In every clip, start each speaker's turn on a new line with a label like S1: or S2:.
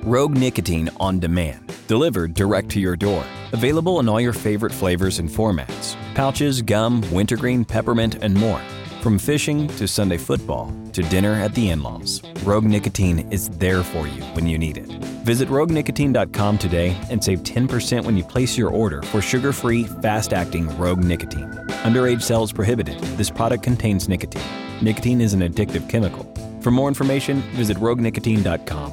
S1: Rogue Nicotine on demand, delivered direct to your door. Available in all your favorite flavors and formats. Pouches, gum, wintergreen, peppermint, and more. From fishing to Sunday football to dinner at the in-laws, Rogue Nicotine is there for you when you need it. Visit RogueNicotine.com today and save 10% when you place your order for sugar-free, fast-acting Rogue Nicotine. Underage sales prohibited. This product contains nicotine. Nicotine is an addictive chemical. For more information, visit RogueNicotine.com.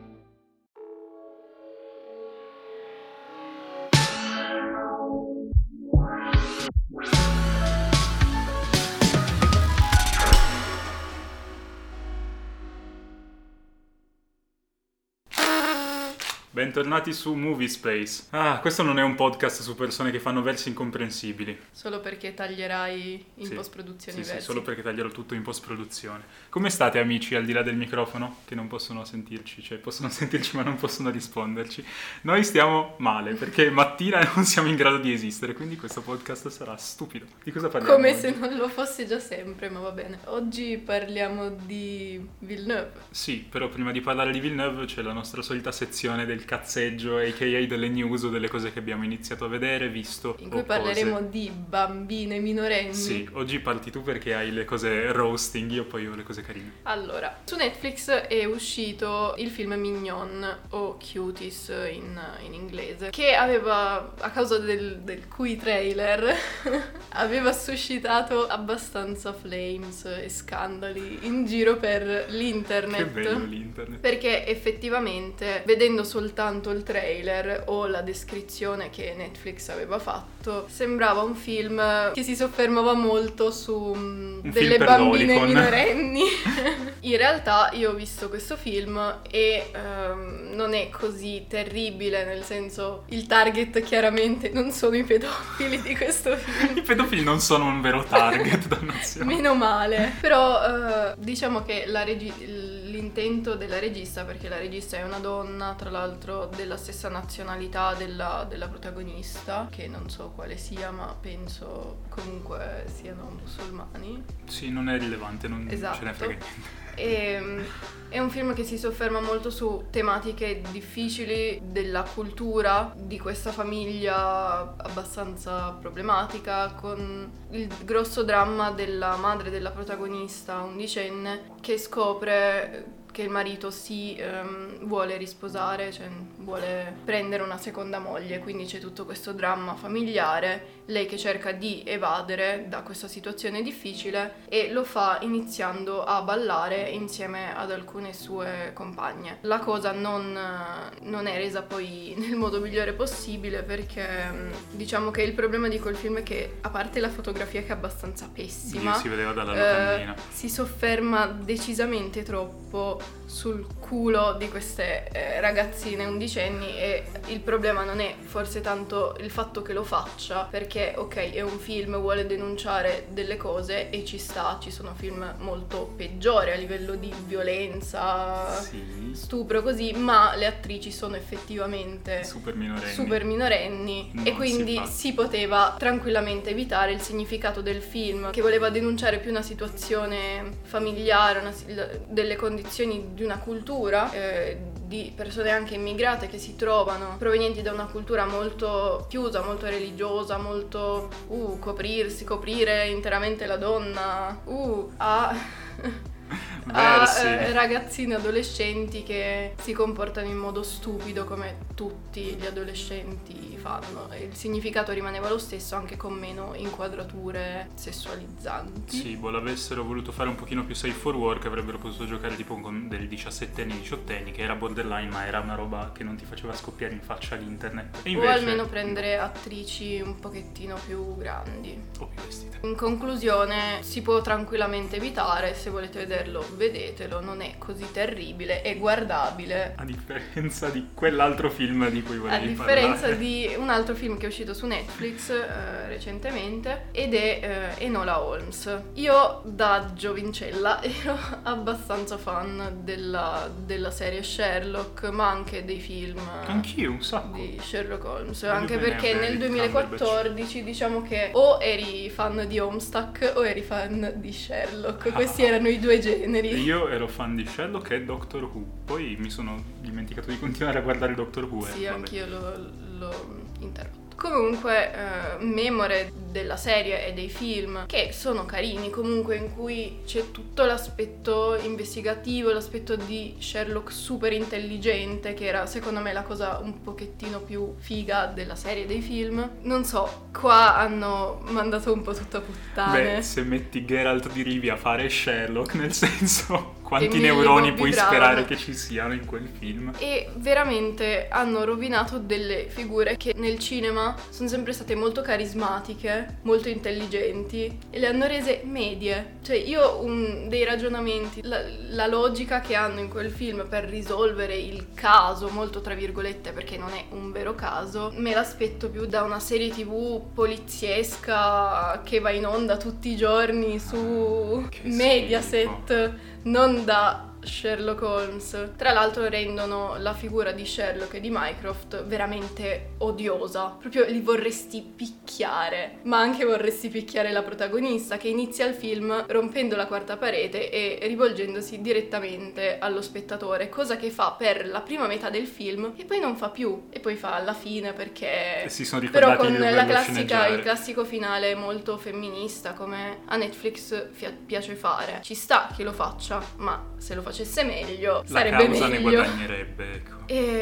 S2: Bentornati su Movie Space. Questo non è un podcast su persone che fanno versi incomprensibili.
S3: Solo perché taglierai in post-produzione i versi.
S2: Sì, solo perché taglierò tutto in post-produzione. Come state, amici, al di là del microfono? Che non possono sentirci, cioè possono sentirci ma non possono risponderci. Noi stiamo male, perché mattina non siamo in grado di esistere, quindi questo podcast sarà stupido. Di cosa parliamo
S3: Come
S2: oggi?
S3: se non lo fosse già sempre, ma va bene. Oggi parliamo di Villeneuve.
S2: Sì, però prima di parlare di Villeneuve c'è la nostra solita sezione del cazzeggio, a.k.a. delle news o delle cose che abbiamo iniziato a vedere, visto
S3: in cui parleremo di bambine minorenni.
S2: Sì, oggi parti tu perché hai le cose roasting, io poi ho le cose carine.
S3: Allora, su Netflix è uscito il film Mignon o Cuties in inglese, che aveva, a causa del cui trailer, aveva suscitato abbastanza flames e scandali in giro per l'internet.
S2: Che bello l'internet.
S3: Perché effettivamente, vedendo soltanto il trailer o la descrizione che Netflix aveva fatto, sembrava un film che si soffermava molto su delle bambine minorenni. In realtà io ho visto questo film e non è così terribile, nel senso, il target chiaramente non sono i pedofili di questo film.
S2: I pedofili non sono un vero target, dannazione.
S3: Meno male. Però diciamo che l'intento della regista, perché la regista è una donna, tra l'altro della stessa nazionalità della protagonista, che non so quale sia, ma penso comunque siano musulmani.
S2: Sì, non è rilevante, non
S3: esatto.
S2: Ce ne frega niente.
S3: È un film che si sofferma molto su tematiche difficili della cultura di questa famiglia abbastanza problematica, con il grosso dramma della madre della protagonista undicenne che scopre che il marito si vuole risposare, cioè vuole prendere una seconda moglie, quindi c'è tutto questo dramma familiare, lei che cerca di evadere da questa situazione difficile e lo fa iniziando a ballare insieme ad alcune sue compagne. La cosa non è resa poi nel modo migliore possibile, perché diciamo che il problema di quel film è che, a parte la fotografia che è abbastanza pessima,
S2: si vedeva dalla locandina,
S3: si sofferma decisamente troppo sul culo di queste ragazzine undicenni, e il problema non è forse tanto il fatto che lo faccia, perché ok, è un film, vuole denunciare delle cose e ci sta, ci sono film molto peggiori a livello di violenza,
S2: sì,
S3: stupro, così, ma le attrici sono effettivamente
S2: super minorenni
S3: e quindi si poteva tranquillamente evitare. Il significato del film, che voleva denunciare più una situazione familiare, delle condizioni di una cultura, di persone anche immigrate che si trovano provenienti da una cultura molto chiusa, molto religiosa, molto coprire interamente la donna, ragazzine adolescenti che si comportano in modo stupido come tutti gli adolescenti fanno, e il significato rimaneva lo stesso, anche con meno inquadrature sessualizzanti.
S2: Sì, l'avessero voluto fare un pochino più safe for work, avrebbero potuto giocare tipo con dei 17enni, 18enni, che era borderline, ma era una roba che non ti faceva scoppiare in faccia l'internet. E invece,
S3: o almeno prendere attrici un pochettino più grandi
S2: o più vestite.
S3: In conclusione, si può tranquillamente evitare. Se volete vederlo, vedetelo, non è così terribile, è guardabile.
S2: A differenza di quell'altro film di cui volevi parlare.
S3: A differenza di un altro film che è uscito su Netflix recentemente, ed è Enola Holmes. Io da giovincella ero abbastanza fan della serie Sherlock, ma anche dei film
S2: anch'io un sacco
S3: di Sherlock Holmes, anche perché nel 2014 diciamo che o eri fan di Homestuck o eri fan di Sherlock. Questi erano i due generi numeri.
S2: Io ero fan di Sherlock e Doctor Who, poi mi sono dimenticato di continuare a guardare Doctor Who.
S3: Sì, anch'io l'ho interrotto. Comunque, memore della serie e dei film che sono carini, comunque, in cui c'è tutto l'aspetto investigativo, l'aspetto di Sherlock super intelligente, che era secondo me la cosa un pochettino più figa della serie e dei film. Non so, qua hanno mandato un po' tutta puttane.
S2: Beh, se metti Geralt di Rivia a fare Sherlock, nel senso, quanti
S3: Millie
S2: neuroni
S3: Bobby
S2: puoi
S3: Brown.
S2: sperare che ci siano in quel film?
S3: E veramente hanno rovinato delle figure che nel cinema sono sempre state molto carismatiche, molto intelligenti, e le hanno rese medie. Cioè io dei ragionamenti, la logica che hanno in quel film per risolvere il caso, molto tra virgolette perché non è un vero caso, me l'aspetto più da una serie TV poliziesca che va in onda tutti i giorni su
S2: Che
S3: Mediaset, non da Sherlock Holmes. Tra l'altro rendono la figura di Sherlock e di Mycroft veramente odiosa, proprio li vorresti picchiare, ma anche vorresti picchiare la protagonista che inizia il film rompendo la quarta parete e rivolgendosi direttamente allo spettatore, cosa che fa per la prima metà del film e poi non fa più, e poi fa alla fine perché
S2: Si sono
S3: però
S2: ricordati
S3: con
S2: di
S3: la
S2: doverlo
S3: classica,
S2: sceneggiare.
S3: il classico finale molto femminista come a Netflix piace fare. Ci sta che lo faccia, ma se lo facesse meglio
S2: La
S3: sarebbe
S2: causa ne
S3: meglio.
S2: guadagnerebbe, ecco.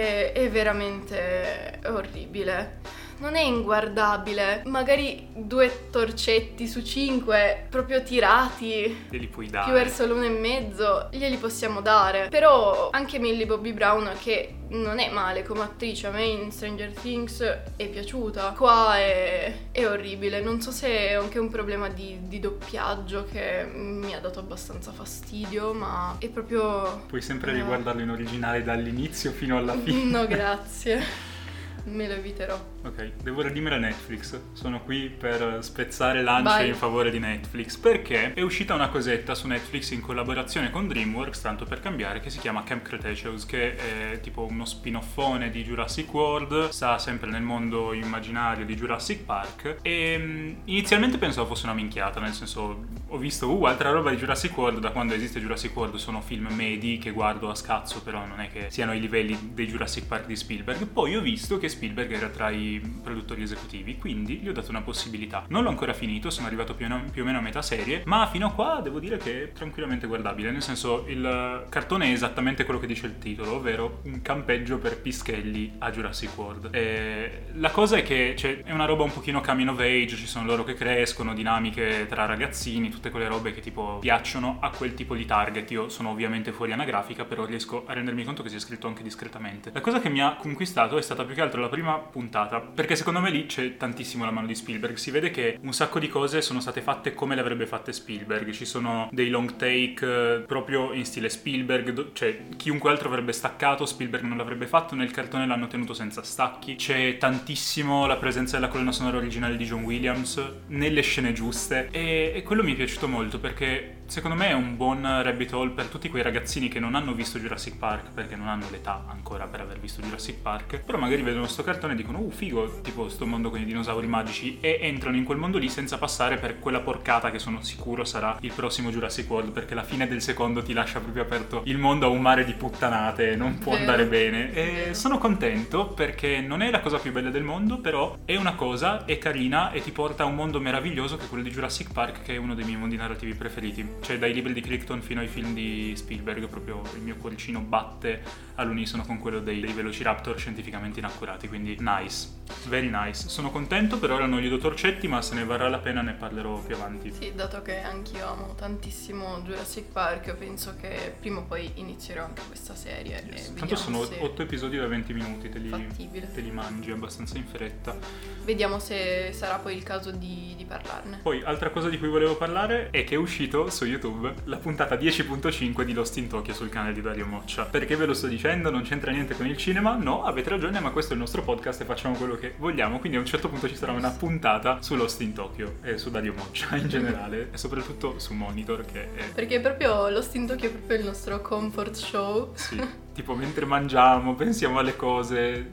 S3: È veramente orribile. Non è inguardabile. Magari 2 torcetti su 5 proprio tirati
S2: Te li puoi
S3: più
S2: dare.
S3: verso l'1,5 glieli possiamo dare. Però anche Millie Bobby Brown, che non è male come attrice, a me in Stranger Things è piaciuta, qua è orribile. Non so se è anche un problema di doppiaggio che mi ha dato abbastanza fastidio, ma è proprio...
S2: Puoi sempre riguardarlo in originale dall'inizio fino alla fine.
S3: No, grazie. Me lo eviterò.
S2: Ok, devo redimere Netflix. Sono qui per spezzare lance
S3: Vai.
S2: in favore di Netflix, perché è uscita una cosetta su Netflix in collaborazione con DreamWorks, tanto per cambiare, che si chiama Camp Cretaceous, che è tipo uno spin-offone di Jurassic World, sta sempre nel mondo immaginario di Jurassic Park, e inizialmente pensavo fosse una minchiata, nel senso, ho visto altra roba di Jurassic World. Da quando esiste Jurassic World sono film medi che guardo a scazzo, però non è che siano ai livelli dei Jurassic Park di Spielberg. Poi ho visto che Spielberg era tra i produttori esecutivi, quindi gli ho dato una possibilità. Non l'ho ancora finito, sono arrivato più o meno a metà serie, ma fino a qua devo dire che è tranquillamente guardabile, nel senso, il cartone è esattamente quello che dice il titolo, ovvero un campeggio per pischelli a Jurassic World. E la cosa è che è una roba un pochino coming of age, ci sono loro che crescono, dinamiche tra ragazzini, tutte quelle robe che tipo piacciono a quel tipo di target. Io sono ovviamente fuori anagrafica, però riesco a rendermi conto che sia scritto anche discretamente. La cosa che mi ha conquistato è stata più che altro la prima puntata, perché secondo me lì c'è tantissimo la mano di Spielberg. Si vede che un sacco di cose sono state fatte come le avrebbe fatte Spielberg. Ci sono dei long take proprio in stile Spielberg, cioè chiunque altro avrebbe staccato, Spielberg non l'avrebbe fatto. Nel cartone l'hanno tenuto senza stacchi. C'è tantissimo la presenza della colonna sonora originale di John Williams nelle scene giuste, e quello mi è piaciuto molto, perché secondo me è un buon rabbit hole per tutti quei ragazzini che non hanno visto Jurassic Park, perché non hanno l'età ancora per aver visto Jurassic Park, però magari vedono sto cartone e dicono figo, tipo sto mondo con i dinosauri magici, e entrano in quel mondo lì senza passare per quella porcata che sono sicuro sarà il prossimo Jurassic World, perché la fine del secondo ti lascia proprio aperto il mondo a un mare di puttanate, non può andare bene. E sono contento perché non è la cosa più bella del mondo, però è una cosa, è carina e ti porta a un mondo meraviglioso che è quello di Jurassic Park, che è uno dei miei mondi narrativi preferiti. Cioè dai libri di Crichton fino ai film di Spielberg, proprio il mio cuoricino batte all'unisono con quello dei Velociraptor scientificamente inaccurati, quindi nice, very nice. Sono contento, per ora non gli do torcetti, ma se ne varrà la pena ne parlerò più avanti.
S3: Sì, dato che anch'io amo tantissimo Jurassic Park, penso che prima o poi inizierò anche questa serie.
S2: Yes.
S3: E
S2: Tanto
S3: vediamo
S2: sono
S3: se
S2: 8 episodi da 20 minuti, te
S3: fattibile.
S2: li mangi abbastanza in fretta.
S3: Vediamo se sarà poi il caso di parlarne.
S2: Poi, altra cosa di cui volevo parlare è che è uscito su YouTube la puntata 10.5 di Lost in Tokyo sul canale di Dario Moccia. Perché ve lo sto dicendo? Non c'entra niente con il cinema? No, avete ragione, ma questo è il nostro podcast e facciamo quello che vogliamo, quindi a un certo punto ci sarà una puntata su Lost in Tokyo e su Dario Moccia in generale, e soprattutto su Monitor, che è...
S3: Perché proprio Lost in Tokyo è proprio il nostro comfort show.
S2: Sì, tipo mentre mangiamo, pensiamo alle cose,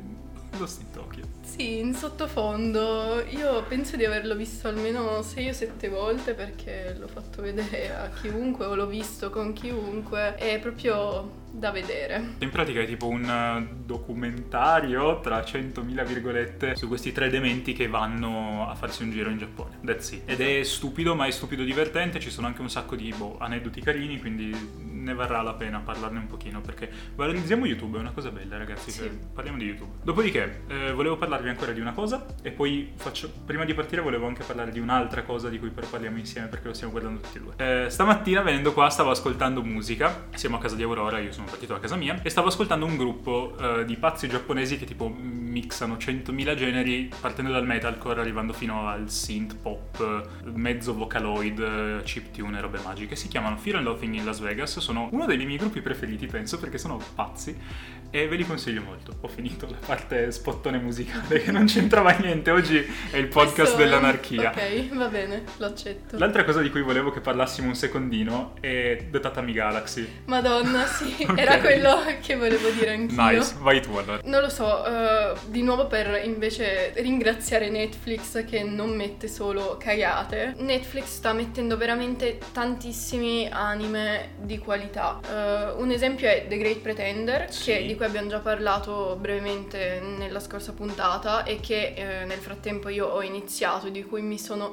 S2: Lost in Tokyo.
S3: Sì, in sottofondo. Io penso di averlo visto almeno 6 o 7 volte perché l'ho fatto vedere a chiunque o l'ho visto con chiunque. È proprio da vedere.
S2: In pratica è tipo un documentario tra 100.000 virgolette su questi 3 dementi che vanno a farsi un giro in Giappone. That's it. Ed è stupido, ma è stupido divertente. Ci sono anche un sacco di aneddoti carini, quindi ne varrà la pena parlarne un pochino, perché valorizziamo YouTube, è una cosa bella, ragazzi.
S3: Sì.
S2: Parliamo di YouTube. Dopodiché volevo parlarvi ancora di una cosa, e poi prima di partire volevo anche parlare di un'altra cosa di cui però parliamo insieme, perché lo stiamo guardando tutti e due. Stamattina venendo qua stavo ascoltando musica. Siamo a casa di Aurora, io sono partito da casa mia e stavo ascoltando un gruppo di pazzi giapponesi che tipo mixano 100.000 generi, partendo dal metalcore arrivando fino al synth pop, mezzo vocaloid, chiptune e robe magiche. Si chiamano Fear and Loathing in Las Vegas. Sono uno dei miei gruppi preferiti, penso, perché sono pazzi e ve li consiglio molto. Ho finito la parte spottone musicale che non c'entrava niente. Oggi è il podcast dell'anarchia.
S3: Ok, va bene, lo accetto.
S2: L'altra cosa di cui volevo che parlassimo un secondino è The Tatami Galaxy.
S3: Madonna, sì,
S2: Okay.
S3: Era quello che volevo dire anch'io.
S2: Nice, vai tu allora.
S3: Non lo so, di nuovo per invece ringraziare Netflix che non mette solo cagate. Netflix sta mettendo veramente tantissimi anime di qualità. Un esempio è The Great Pretender,
S2: Sì.
S3: di cui abbiamo già parlato brevemente nella scorsa puntata e che nel frattempo io ho iniziato, di cui mi sono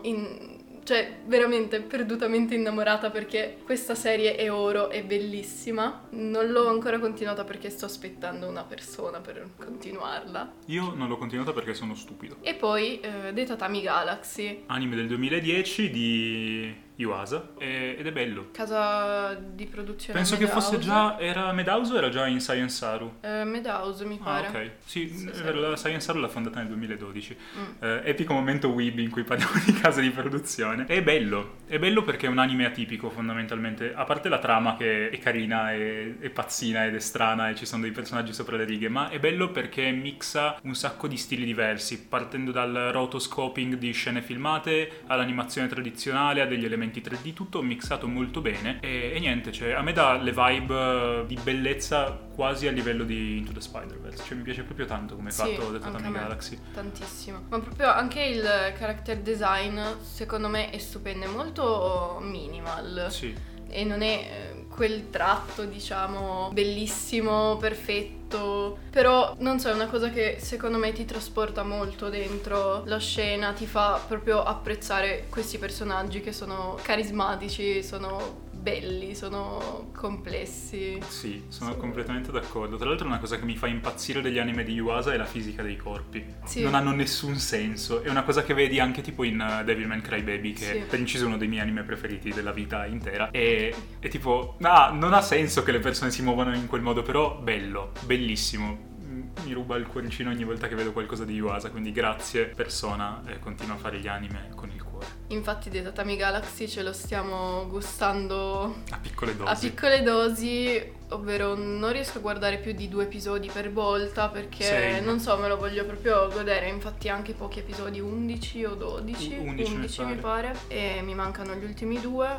S3: cioè veramente perdutamente innamorata, perché questa serie è oro, è bellissima. Non l'ho ancora continuata perché sto aspettando una persona per continuarla.
S2: Io non l'ho continuata perché sono stupido.
S3: E poi The Tatami Galaxy,
S2: Anime del 2010 di Yuasa ed è bello.
S3: casa di produzione
S2: Penso che
S3: Madhouse.
S2: fosse già, era Madhouse o era già in Science Saru?
S3: Madhouse mi pare.
S2: Ah, ok. Sì,
S3: Sì.
S2: la Science Saru l'ha fondata nel 2012. Epico momento Weeb in cui parliamo di case di produzione. È bello perché è un anime atipico fondamentalmente, a parte la trama che è carina, è pazzina ed è strana e ci sono dei personaggi sopra le righe, ma è bello perché mixa un sacco di stili diversi, partendo dal rotoscoping di scene filmate all'animazione tradizionale, a degli elementi 3D, tutto mixato molto bene e niente, cioè a me dà le vibe di bellezza quasi a livello di Into the Spider-Verse, cioè mi piace proprio tanto come è
S3: Sì,
S2: fatto The
S3: anche a
S2: Tatami
S3: me.
S2: Galaxy.
S3: Tantissimo. Ma proprio anche il character design secondo me è stupendo, è molto minimal.
S2: Sì.
S3: E non è quel tratto, diciamo, bellissimo, perfetto. Però, non so, è una cosa che secondo me ti trasporta molto dentro la scena, ti fa proprio apprezzare questi personaggi che sono carismatici, sono belli, sono complessi.
S2: Sì, sono completamente d'accordo. Tra l'altro una cosa che mi fa impazzire degli anime di Yuasa è la fisica dei corpi.
S3: Sì.
S2: Non hanno nessun senso. È una cosa che vedi anche tipo in Devilman Crybaby, che
S3: Sì.
S2: per inciso è uno dei miei anime preferiti della vita intera. E tipo, non ha senso che le persone si muovano in quel modo, però bello, bellissimo. Mi ruba il cuoricino ogni volta che vedo qualcosa di Yuasa, quindi grazie persona, continua a fare gli anime con il cuore.
S3: Infatti The Tatami Galaxy ce lo stiamo gustando
S2: A piccole dosi.
S3: a piccole dosi, ovvero non riesco a guardare più di 2 episodi per volta perché
S2: Same.
S3: non so, me lo voglio proprio godere. Infatti anche pochi episodi, 11 o 12,
S2: 11
S3: mi pare, e mi mancano gli ultimi 2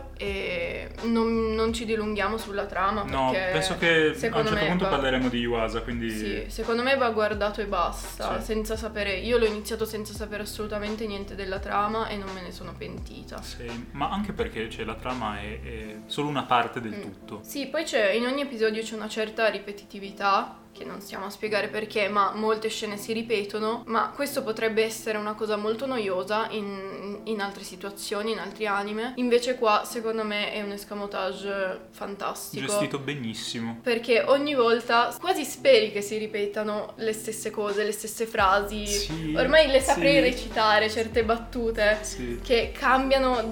S3: e non ci dilunghiamo sulla trama
S2: No,
S3: perché
S2: penso che a un
S3: secondo
S2: certo
S3: me
S2: punto
S3: va-
S2: parleremo di Yuasa, quindi...
S3: Sì, secondo me va guardato e basta,
S2: Sì.
S3: senza sapere. Io l'ho iniziato senza sapere assolutamente niente della trama e non me ne sono pentita.
S2: Sì, ma anche perché la trama è solo una parte del tutto.
S3: Sì, poi in ogni episodio c'è una certa ripetitività, che non stiamo a spiegare perché, ma molte scene si ripetono, ma questo potrebbe essere una cosa molto noiosa in altre situazioni, in altri anime. Invece qua, secondo me, è un escamotage fantastico.
S2: Gestito benissimo.
S3: Perché ogni volta quasi speri che si ripetano le stesse cose, le stesse frasi.
S2: Sì,
S3: Ormai le saprei
S2: sì.
S3: recitare certe battute
S2: Sì.
S3: che cambiano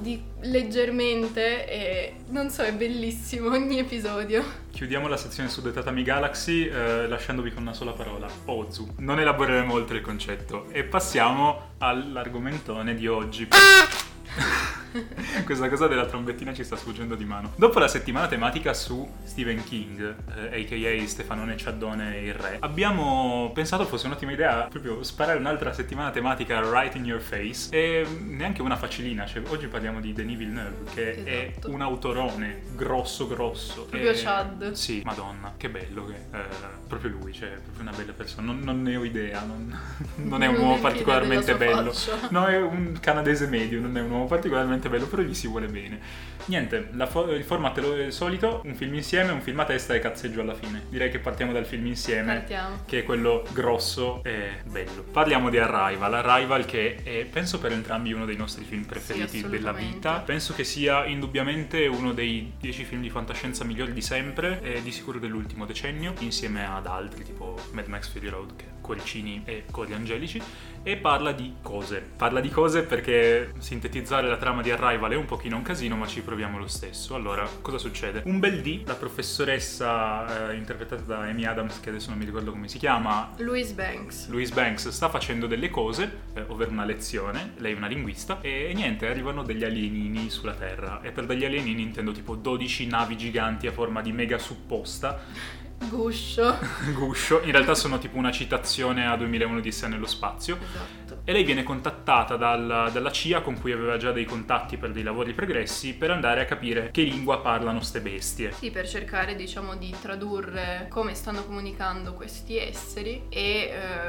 S3: leggermente e non so, è bellissimo ogni episodio.
S2: Chiudiamo la sezione su The Tatami Galaxy lasciandovi con una sola parola, Ozu. Non elaboreremo oltre il concetto e passiamo all'argomentone di oggi. Questa cosa della trombettina ci sta sfuggendo di mano. Dopo la settimana tematica su Stephen King, a.k.a. Stefanone Ciaddone il re, abbiamo pensato fosse un'ottima idea proprio sparare un'altra settimana tematica right in your face, e neanche una facilina, cioè oggi parliamo di Denis Villeneuve, che è un autorone grosso.
S3: Proprio Chad.
S2: Sì, madonna, che bello che proprio lui, cioè è proprio una bella persona. Non ne ho idea, non è un uomo particolarmente bello. No, è un canadese medio, non è un uomo particolarmente bello, però gli si vuole bene. Niente, il format è il solito, un film insieme, un film a testa e cazzeggio alla fine. Direi che partiamo dal film insieme, che è quello grosso e bello. Parliamo di Arrival che è, penso per entrambi, uno dei nostri film preferiti della vita. Penso che sia indubbiamente uno dei 10 film di fantascienza migliori di sempre, e di sicuro dell'ultimo decennio, insieme ad altri tipo Mad Max Fury Road, che Cuoricini e Cori Angelici, e parla di cose perché sintetizzare la trama di Arrival è un pochino un casino, ma ci proviamo lo stesso. Allora, cosa succede? Un bel dì, la professoressa interpretata da Amy Adams, che adesso non mi ricordo come si chiama,
S3: Louise Banks,
S2: sta facendo delle cose, ovvero una lezione, lei è una linguista, e niente, arrivano degli alienini sulla Terra, e per degli alienini intendo tipo 12 navi giganti a forma di mega supposta.
S3: Guscio.
S2: In realtà sono tipo una citazione a 2001 Odissea nello spazio.
S3: Esatto.
S2: E lei viene contattata dalla CIA, con cui aveva già dei contatti per dei lavori pregressi, per andare a capire che lingua parlano ste bestie.
S3: Sì, per cercare, diciamo, di tradurre come stanno comunicando questi esseri e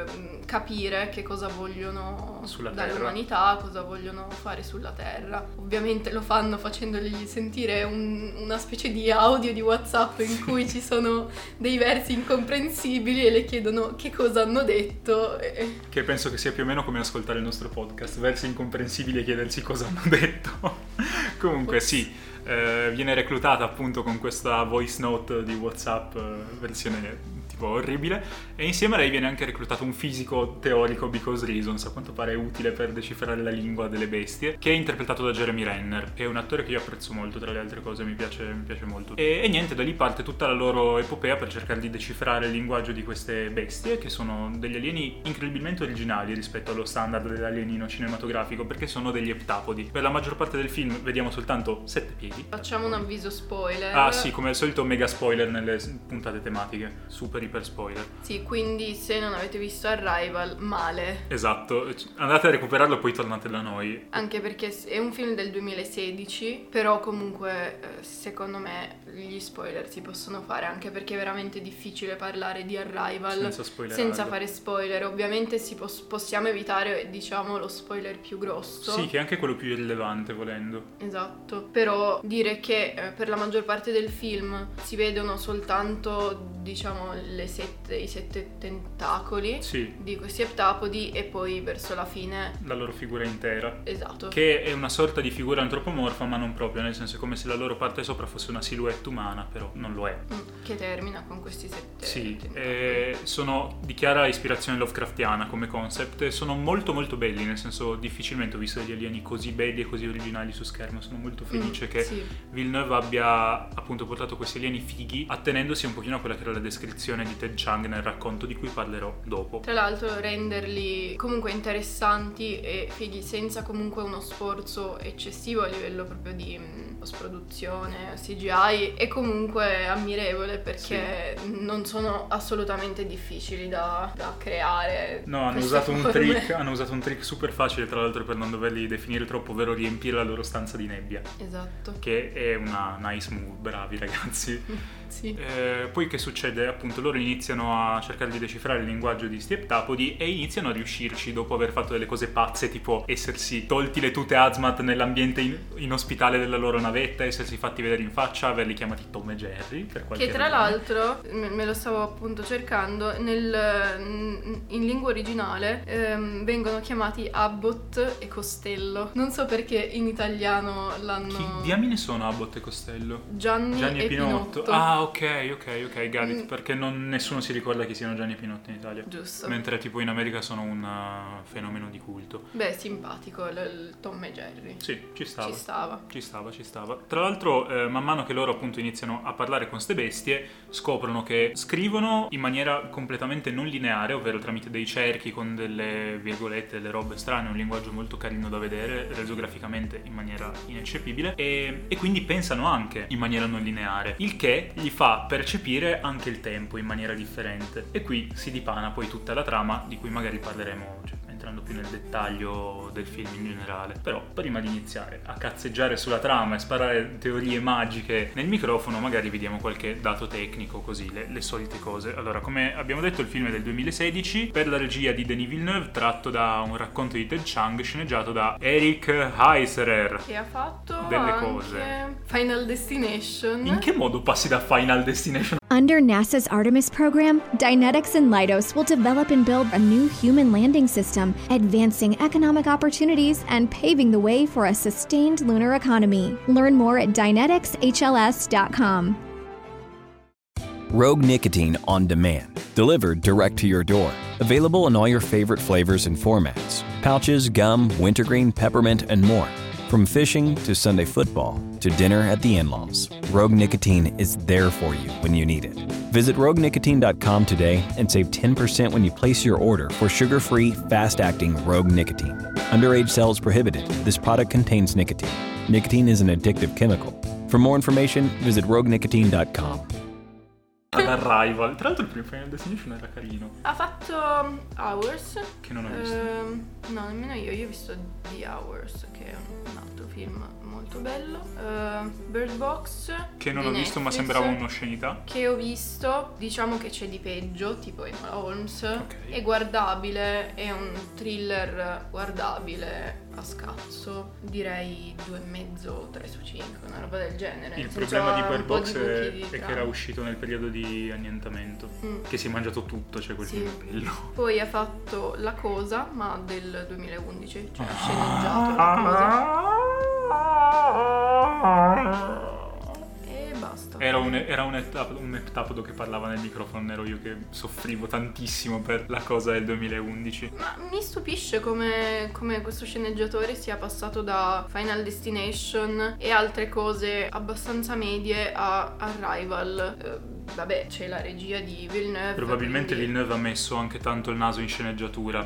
S3: capire che cosa vogliono dall'umanità, cosa vogliono fare sulla Terra. Ovviamente lo fanno facendogli sentire una specie di audio di WhatsApp in cui ci sono dei versi incomprensibili e le chiedono che cosa hanno detto.
S2: Che penso che sia più o meno come ascoltare il nostro podcast, versi incomprensibili e chiedersi cosa hanno detto. Comunque sì, viene reclutata appunto con questa voice note di WhatsApp, versione tipo orribile, e insieme a lei viene anche reclutato un fisico teorico, because reasons, a quanto pare utile per decifrare la lingua delle bestie, che è interpretato da Jeremy Renner, che è un attore che io apprezzo molto, tra le altre cose mi piace molto. E niente, da lì parte tutta la loro epopea per cercare di decifrare il linguaggio di queste bestie, che sono degli alieni incredibilmente originali rispetto allo standard dell'alienino cinematografico, perché sono degli eptapodi. Per la maggior parte del film vediamo soltanto 7 piedi.
S3: Facciamo un avviso spoiler.
S2: Ah sì, come al solito mega spoiler nelle puntate tematiche, super iper spoiler.
S3: Sì, quindi se non avete visto Arrival, male.
S2: Esatto, andate a recuperarlo e poi tornate da noi.
S3: Anche perché è un film del 2016, però comunque secondo me gli spoiler si possono fare, anche perché è veramente difficile parlare di Arrival senza fare spoiler. Ovviamente possiamo evitare, diciamo, lo spoiler più grosso.
S2: Sì, che è anche quello più irrilevante, volendo.
S3: Esatto, però dire che per la maggior parte del film si vedono soltanto, diciamo, i 7 tentacoli di questi eptapodi, e poi verso la fine
S2: la loro figura intera.
S3: Esatto.
S2: Che è una sorta di figura antropomorfa, ma non proprio, nel senso è come se la loro parte sopra fosse una silhouette umana, però non lo è.
S3: Che termina con questi 7
S2: tentacoli. Sono di chiara ispirazione Lovecraftiana come concept, e sono molto molto belli, nel senso difficilmente ho visto degli alieni così belli e così originali su schermo. Sono molto felice che Villeneuve abbia appunto portato questi alieni fighi, attenendosi un pochino a quella che era la descrizione di Ted Chiang nel racconto di cui parlerò dopo.
S3: Tra l'altro renderli comunque interessanti e fighi senza comunque uno sforzo eccessivo a livello proprio di post-produzione, CGI, è comunque ammirevole, perché non sono assolutamente difficili da creare.
S2: No, hanno usato un trick super facile, tra l'altro, per non doverli definire troppo, ovvero riempire la loro stanza di nebbia.
S3: Esatto.
S2: Che è una nice move, bravi ragazzi.
S3: Sì.
S2: Poi che succede? Appunto loro iniziano a cercare di decifrare il linguaggio di sti eptapodi e iniziano a riuscirci, dopo aver fatto delle cose pazze, tipo essersi tolti le tute hazmat nell'ambiente inospitale della loro navetta, essersi fatti vedere in faccia, averli chiamati Tom e Jerry per qualche
S3: che tra
S2: ragione.
S3: L'altro me lo stavo appunto cercando in lingua originale, vengono chiamati Abbott e Costello. Non so perché in italiano l'hanno...
S2: Chi diamine sono Abbott e Costello?
S3: Gianni e Pinotto.
S2: Ah, ok, got it. Perché nessuno si ricorda chi siano Gianni e Pinotto in Italia.
S3: Giusto.
S2: Mentre tipo in America sono un fenomeno di culto.
S3: Beh, simpatico il Tom e Jerry.
S2: Sì, ci stava. brava. Tra l'altro, man mano che loro appunto iniziano a parlare con ste bestie, scoprono che scrivono in maniera completamente non lineare, ovvero tramite dei cerchi con delle virgolette, delle robe strane, un linguaggio molto carino da vedere, reso graficamente in maniera ineccepibile, e quindi pensano anche in maniera non lineare, il che gli fa percepire anche il tempo in maniera differente. E qui si dipana poi tutta la trama, di cui magari parleremo, entrando più nel dettaglio del film in generale. Però prima di iniziare a cazzeggiare sulla trama e sparare teorie magiche nel microfono, magari vi diamo qualche dato tecnico, così le solite cose. Allora, come abbiamo detto, il film è del 2016 per la regia di Denis Villeneuve, tratto da un racconto di Ted Chiang, sceneggiato da Eric Heisserer,
S3: che ha fatto
S2: delle
S3: anche
S2: cose.
S3: Final Destination.
S2: In che modo passi da Final Destination?
S4: Under NASA's Artemis program, Dynetics and Leidos will develop and build a new human landing system, advancing economic opportunities and paving the way for a sustained lunar economy. Learn more at DyneticsHLS.com.
S1: Rogue Nicotine on demand, delivered direct to your door. Available in all your favorite flavors and formats. Pouches, gum, wintergreen, peppermint, and more. From fishing to Sunday football to dinner at the in-laws, Rogue Nicotine is there for you when you need it. Visit RogueNicotine.com today and save 10% when you place your order for sugar-free, fast-acting Rogue Nicotine. Underage sales prohibited. This product contains nicotine. Nicotine is an addictive chemical. For more information, visit RogueNicotine.com.
S2: Ad Arrival. Tra l'altro il primo Final Destination era carino.
S3: Ha fatto Hours.
S2: Che non ho visto.
S3: No, nemmeno io. Io ho visto The Hours, che è un altro film molto bello. Bird Box,
S2: che non
S3: di
S2: ho visto, ma
S3: Netflix,
S2: sembrava un'oscenità.
S3: che ho visto. Diciamo che c'è di peggio, tipo Enola Holmes.
S2: Ok.
S3: È guardabile, è un thriller guardabile a scazzo. Direi 2,5, 3 su 5, una roba del genere.
S2: Il
S3: Nel senso,
S2: problema di
S3: ha
S2: Bird
S3: un po'
S2: Box
S3: buchi di
S2: è che
S3: trama.
S2: era uscito nel periodo di annientamento, che si è mangiato tutto, cioè quel
S3: Sì.
S2: film è bello.
S3: Poi ha fatto La Cosa, ma del 2011, cioè sceneggiato La Cosa. E basta.
S2: Era un ettapdo che parlava nel microfono, non ero io che soffrivo tantissimo per La Cosa del 2011.
S3: Ma mi stupisce come questo sceneggiatore sia passato da Final Destination e altre cose abbastanza medie a Arrival. Vabbè, c'è la regia di Villeneuve.
S2: Probabilmente
S3: quindi-
S2: Villeneuve ha messo anche tanto il naso in sceneggiatura,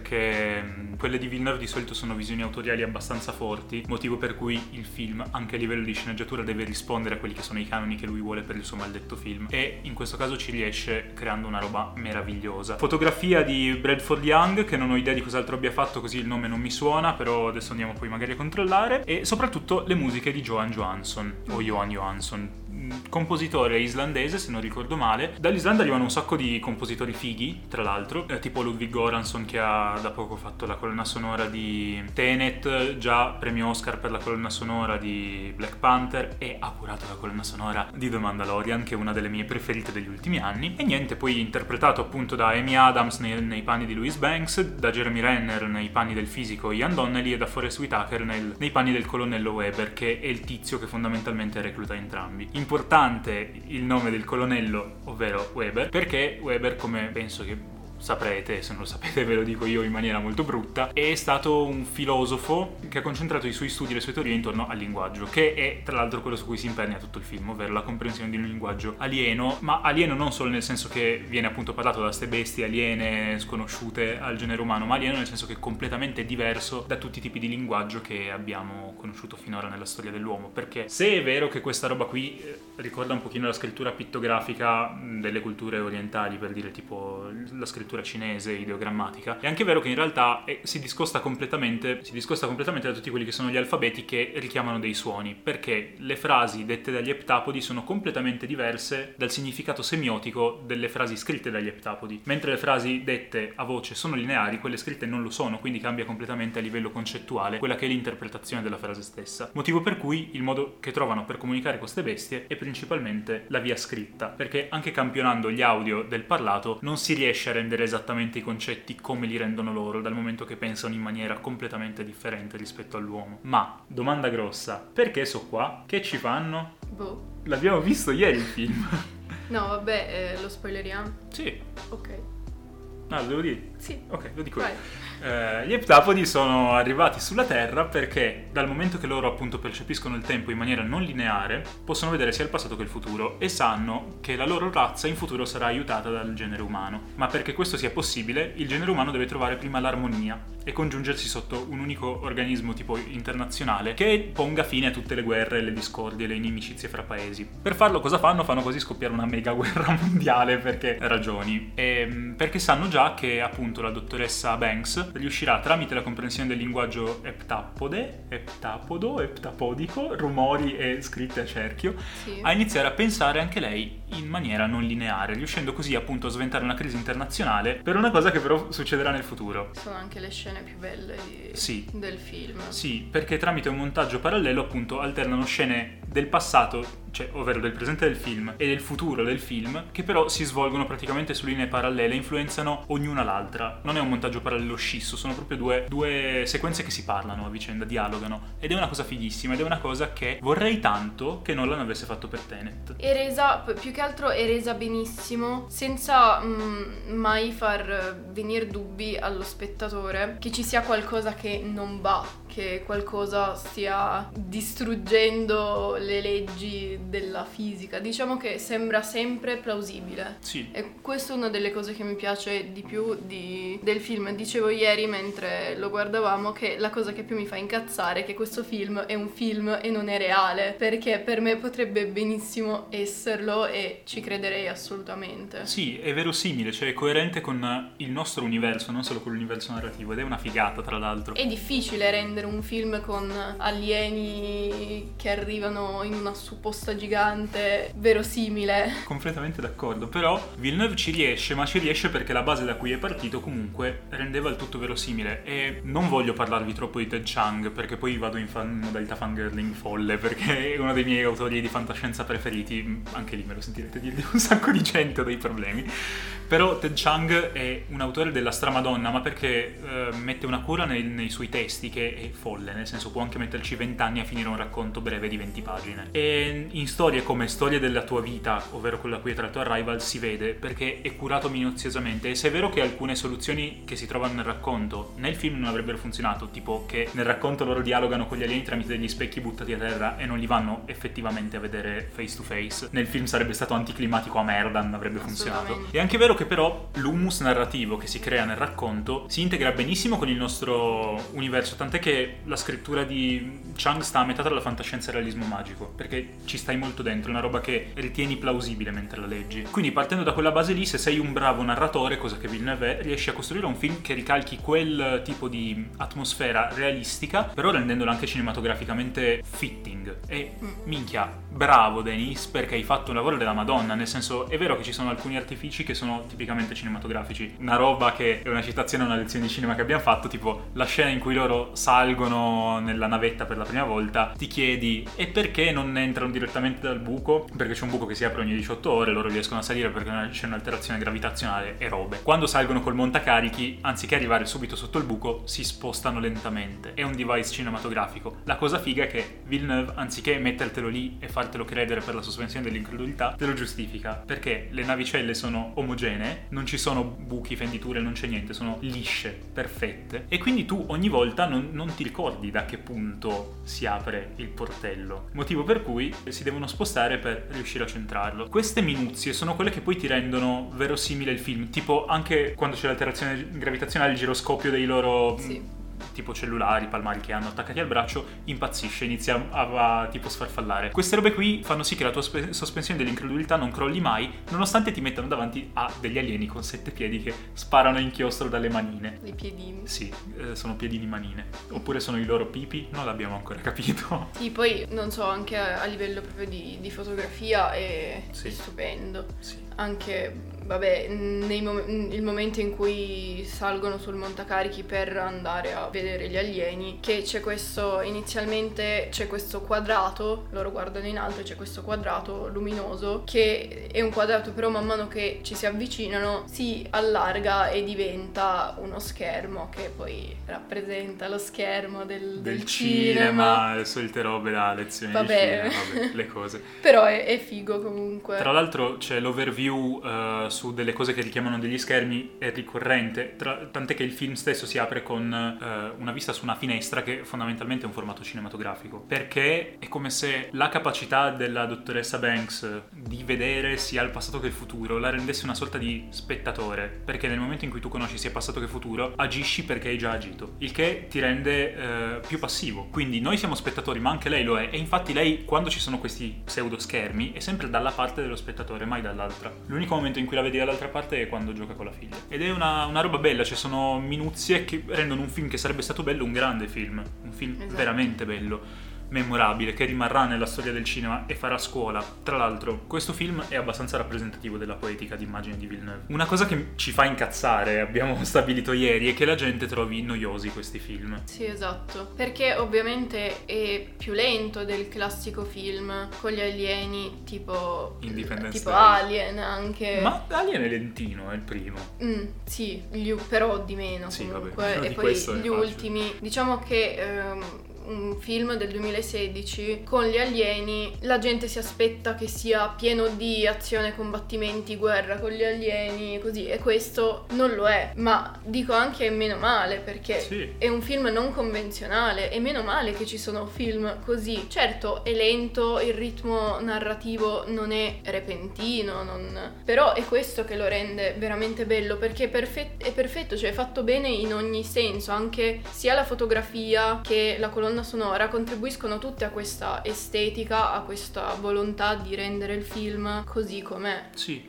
S2: perché quelle di Villeneuve di solito sono visioni autoriali abbastanza forti, motivo per cui il film, anche a livello di sceneggiatura, deve rispondere a quelli che sono i canoni che lui vuole per il suo maledetto film, e in questo caso ci riesce creando una roba meravigliosa. Fotografia di Bradford Young, che non ho idea di cos'altro abbia fatto, così il nome non mi suona, però adesso andiamo poi magari a controllare, e soprattutto le musiche di Johan Johansson, o Johan Johansson, compositore islandese se non ricordo male. Dall'Islanda arrivano un sacco di compositori fighi, tra l'altro, tipo Ludwig Göransson, che ha da poco fatto la colonna sonora di Tenet, già premio Oscar per la colonna sonora di Black Panther, e ha curato la colonna sonora di The Mandalorian, che è una delle mie preferite degli ultimi anni. E niente, poi interpretato appunto da Amy Adams nei panni di Louise Banks, da Jeremy Renner nei panni del fisico Ian Donnelly e da Forest Whitaker nei panni del colonnello Weber, che è il tizio che fondamentalmente recluta entrambi. Importante il nome del colonnello, ovvero Weber, perché Weber, come penso che saprete, se non lo sapete ve lo dico io in maniera molto brutta, è stato un filosofo che ha concentrato i suoi studi e le sue teorie intorno al linguaggio, che è tra l'altro quello su cui si impernia tutto il film, ovvero la comprensione di un linguaggio alieno, ma alieno non solo nel senso che viene appunto parlato da ste bestie aliene sconosciute al genere umano, ma alieno nel senso che è completamente diverso da tutti i tipi di linguaggio che abbiamo conosciuto finora nella storia dell'uomo. Perché se è vero che questa roba qui ricorda un pochino la scrittura pittografica delle culture orientali, per dire tipo la scrittura cinese ideogrammatica, è anche vero che in realtà si discosta completamente da tutti quelli che sono gli alfabeti che richiamano dei suoni, perché le frasi dette dagli eptapodi sono completamente diverse dal significato semiotico delle frasi scritte dagli eptapodi. Mentre le frasi dette a voce sono lineari, quelle scritte non lo sono, quindi cambia completamente a livello concettuale quella che è l'interpretazione della frase stessa. Motivo per cui il modo che trovano per comunicare queste bestie è principalmente la via scritta, perché anche campionando gli audio del parlato non si riesce a rendere esattamente i concetti come li rendono loro, dal momento che pensano in maniera completamente differente rispetto all'uomo. Ma, domanda grossa, perché so qua? Che ci fanno?
S3: Boh.
S2: L'abbiamo visto ieri il film.
S3: No, vabbè, lo spoileriamo.
S2: Sì.
S3: Ok.
S2: Ah, lo devo dire?
S3: Sì.
S2: Ok, lo dico
S3: Vai.
S2: io. Gli eptapodi sono arrivati sulla Terra perché dal momento che loro appunto percepiscono il tempo in maniera non lineare, possono vedere sia il passato che il futuro e sanno che la loro razza in futuro sarà aiutata dal genere umano. Ma perché questo sia possibile, il genere umano deve trovare prima l'armonia e congiungersi sotto un unico organismo tipo internazionale che ponga fine a tutte le guerre, le discordie, le inimicizie fra paesi. Per farlo cosa fanno? Fanno così scoppiare una mega guerra mondiale perché ragioni. Perché sanno già che appunto la dottoressa Banks riuscirà tramite la comprensione del linguaggio eptapodico, rumori e scritte a cerchio,
S3: Sì.
S2: a iniziare a pensare anche lei in maniera non lineare, riuscendo così appunto a sventare una crisi internazionale per una cosa che però succederà nel futuro.
S3: Sono anche le scene più belle
S2: Sì.
S3: del film.
S2: Sì, perché tramite un montaggio parallelo appunto alternano scene del passato, cioè ovvero del presente del film e del futuro del film, che però si svolgono praticamente su linee parallele e influenzano ognuna l'altra. Non è un montaggio parallelo scisso, sono proprio due sequenze che si parlano a vicenda, dialogano, ed è una cosa fighissima ed è una cosa che vorrei tanto che Nolan avesse fatto per Tenet.
S3: È resa, più che altro è resa benissimo, senza mai far venire dubbi allo spettatore che ci sia qualcosa che non va, che qualcosa stia distruggendo le leggi della fisica. Diciamo che sembra sempre plausibile.
S2: Sì.
S3: E questa è una delle cose che mi piace di più del film. Dicevo ieri mentre lo guardavamo che la cosa che più mi fa incazzare è che questo film è un film e non è reale, perché per me potrebbe benissimo esserlo e ci crederei assolutamente.
S2: Sì, è verosimile, cioè è coerente con il nostro universo, non solo con l'universo narrativo, ed è una figata tra l'altro.
S3: È difficile rendere un film con alieni che arrivano in una supposta gigante verosimile.
S2: Completamente d'accordo, però Villeneuve ci riesce, ma ci riesce perché la base da cui è partito comunque rendeva il tutto verosimile. E non voglio parlarvi troppo di Ted Chiang perché poi vado in modalità fangirling folle, perché è uno dei miei autori di fantascienza preferiti. Anche lì me lo sentirete dire di un sacco di gente, ho dei problemi. Però Ted Chiang è un autore della stramadonna, ma perché mette una cura nei suoi testi che è folle, nel senso può anche metterci 20 anni a finire un racconto breve di 20 pagine. E in storie come Storia della tua vita, ovvero quella a cui è tratto Arrival, si vede perché è curato minuziosamente. E se è vero che alcune soluzioni che si trovano nel racconto nel film non avrebbero funzionato, tipo che nel racconto loro dialogano con gli alieni tramite degli specchi buttati a terra e non li vanno effettivamente a vedere face to face, nel film sarebbe stato anticlimatico a merda, non avrebbe funzionato. È anche vero che però l'humus narrativo che si crea nel racconto si integra benissimo con il nostro universo, tant'è che la scrittura di Chiang sta a metà tra la fantascienza e il realismo magico, perché ci stai molto dentro, è una roba che ritieni plausibile mentre la leggi. Quindi partendo da quella base lì, se sei un bravo narratore, cosa che Villeneuve è, riesci a costruire un film che ricalchi quel tipo di atmosfera realistica, però rendendola anche cinematograficamente fitting. E minchia, bravo Denis, perché hai fatto un lavoro della Madonna, nel senso è vero che ci sono alcuni artifici che sono tipicamente cinematografici, una roba che è una citazione a una lezione di cinema che abbiamo fatto, tipo la scena in cui loro salgono nella navetta per la prima volta, ti chiedi e perché non entrano direttamente dal buco? Perché c'è un buco che si apre ogni 18 ore, loro riescono a salire perché c'è un'alterazione gravitazionale e robe. Quando salgono col montacarichi, anziché arrivare subito sotto il buco, si spostano lentamente. È un device cinematografico. La cosa figa è che Villeneuve, anziché mettertelo lì e fartelo credere per la sospensione dell'incredulità, te lo giustifica, perché le navicelle sono omogenee, non ci sono buchi, fenditure, non c'è niente, sono lisce, perfette, e quindi tu ogni volta non ti ricordi da che punto si apre il portello, motivo per cui si devono spostare per riuscire a centrarlo. Queste minuzie sono quelle che poi ti rendono verosimile il film, tipo anche quando c'è l'alterazione gravitazionale, il giroscopio dei loro tipo cellulari, palmari che hanno attaccati al braccio, impazzisce, inizia a tipo sfarfallare. Queste robe qui fanno sì che la tua sospensione dell'incredulità non crolli mai, nonostante ti mettano davanti a degli alieni con 7 piedi che sparano a inchiostro dalle manine.
S3: I piedini.
S2: Sì, sono piedini manine. Oppure sono i loro pipi, non l'abbiamo ancora capito.
S3: Sì, poi non so, anche a livello proprio di fotografia è stupendo.
S2: Sì.
S3: Anche, vabbè, il momento in cui salgono sul montacarichi per andare a vedere gli alieni, che c'è questo, inizialmente c'è questo quadrato, loro guardano in alto e c'è questo quadrato luminoso che è un quadrato, però man mano che ci si avvicinano si allarga e diventa uno schermo che poi rappresenta lo schermo del cinema.
S2: Le solite robe da lezioni
S3: Vabbè.
S2: di cinema, vabbè, le cose.
S3: Però è figo comunque.
S2: Tra l'altro c'è l'overview review su delle cose che richiamano degli schermi è ricorrente, tant'è che il film stesso si apre con una vista su una finestra che fondamentalmente è un formato cinematografico, perché è come se la capacità della dottoressa Banks di vedere sia il passato che il futuro la rendesse una sorta di spettatore, perché nel momento in cui tu conosci sia passato che futuro agisci perché hai già agito, il che ti rende più passivo. Quindi noi siamo spettatori, ma anche lei lo è, e infatti lei, quando ci sono questi pseudo schermi, è sempre dalla parte dello spettatore, mai dall'altra. L'unico momento in cui la vedi dall'altra parte è quando gioca con la figlia, ed è una roba bella. Ci sono minuzie che rendono un film che sarebbe stato bello un grande film, un film veramente bello, memorabile, che rimarrà nella storia del cinema e farà scuola. Tra l'altro, questo film è abbastanza rappresentativo della poetica d'immagine di Villeneuve. Una cosa che ci fa incazzare, abbiamo stabilito ieri, è che la gente trovi noiosi questi film.
S3: Sì, esatto, perché ovviamente è più lento del classico film con gli alieni, tipo Alien anche.
S2: Ma Alien è lentino, è il primo.
S3: Sì, però di meno comunque.
S2: Vabbè,
S3: e poi gli ultimi, diciamo che un film del 2016 con gli alieni, la gente si aspetta che sia pieno di azione, combattimenti, guerra con gli alieni, così, e questo non lo è. Ma dico anche meno male, perché è un film non convenzionale, e meno male che ci sono film così. Certo, è lento, il ritmo narrativo non è repentino, però è questo che lo rende veramente bello, perché è perfetto, cioè è fatto bene in ogni senso, anche sia la fotografia che la colonna sonora contribuiscono tutte a questa estetica, a questa volontà di rendere il film così com'è.
S2: Sì,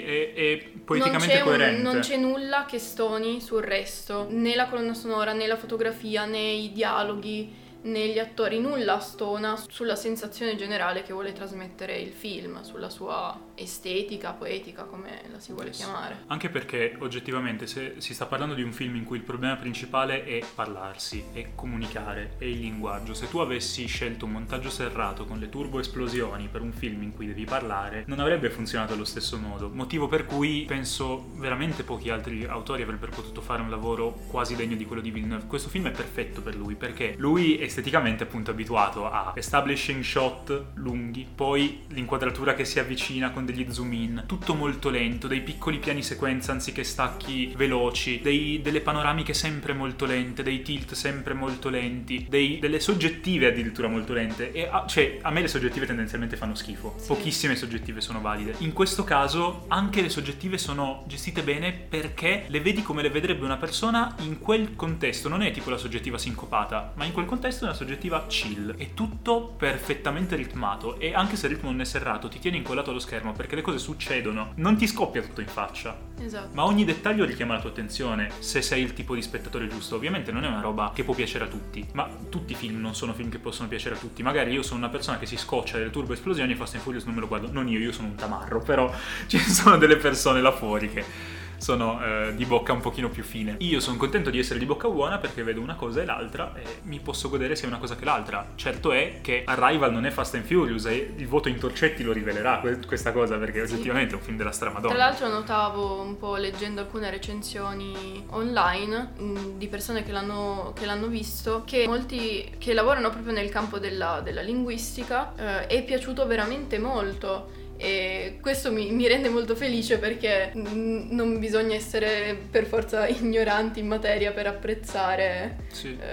S2: è poeticamente coerente.
S3: Non c'è nulla che stoni sul resto, né la colonna sonora, né la fotografia, né i dialoghi, né gli attori, nulla stona sulla sensazione generale che vuole trasmettere il film, sulla sua estetica, poetica, come la si vuole chiamare.
S2: Anche perché oggettivamente, se si sta parlando di un film in cui il problema principale è parlarsi, è comunicare, è il linguaggio, se tu avessi scelto un montaggio serrato con le turbo esplosioni per un film in cui devi parlare, non avrebbe funzionato allo stesso modo, motivo per cui penso veramente pochi altri autori avrebbero potuto fare un lavoro quasi degno di quello di Villeneuve. Questo film è perfetto per lui, perché lui esteticamente appunto abituato a establishing shot lunghi, poi l'inquadratura che si avvicina con degli zoom in, tutto molto lento, dei piccoli piani sequenza anziché stacchi veloci, delle panoramiche sempre molto lente, dei tilt sempre molto lenti, delle soggettive addirittura molto lente, e a me le soggettive tendenzialmente fanno schifo, pochissime soggettive sono valide. In questo caso anche le soggettive sono gestite bene, perché le vedi come le vedrebbe una persona in quel contesto, non è tipo la soggettiva sincopata, ma in quel contesto è una soggettiva chill, è tutto perfettamente ritmato, e anche se il ritmo non è serrato ti tiene incollato allo schermo perché le cose succedono, non ti scoppia tutto in faccia.
S3: Esatto.
S2: Ma ogni dettaglio richiama la tua attenzione, se sei il tipo di spettatore giusto. Ovviamente non è una roba che può piacere a tutti, ma tutti i film non sono film che possono piacere a tutti. Magari io sono una persona che si scoccia delle turbo esplosioni e Fast and Furious non me lo guardo, non io sono un tamarro, però ci sono delle persone là fuori che sono di bocca un pochino più fine. Io sono contento di essere di bocca buona perché vedo una cosa e l'altra e mi posso godere sia una cosa che l'altra. Certo è che Arrival non è Fast and Furious e il voto in torcetti lo rivelerà questa cosa, perché oggettivamente è un film della stramadonna.
S3: Tra l'altro notavo un po' leggendo alcune recensioni online di persone che l'hanno visto, che molti che lavorano proprio nel campo della linguistica è piaciuto veramente molto. E questo mi rende molto felice, perché non bisogna essere per forza ignoranti in materia per apprezzare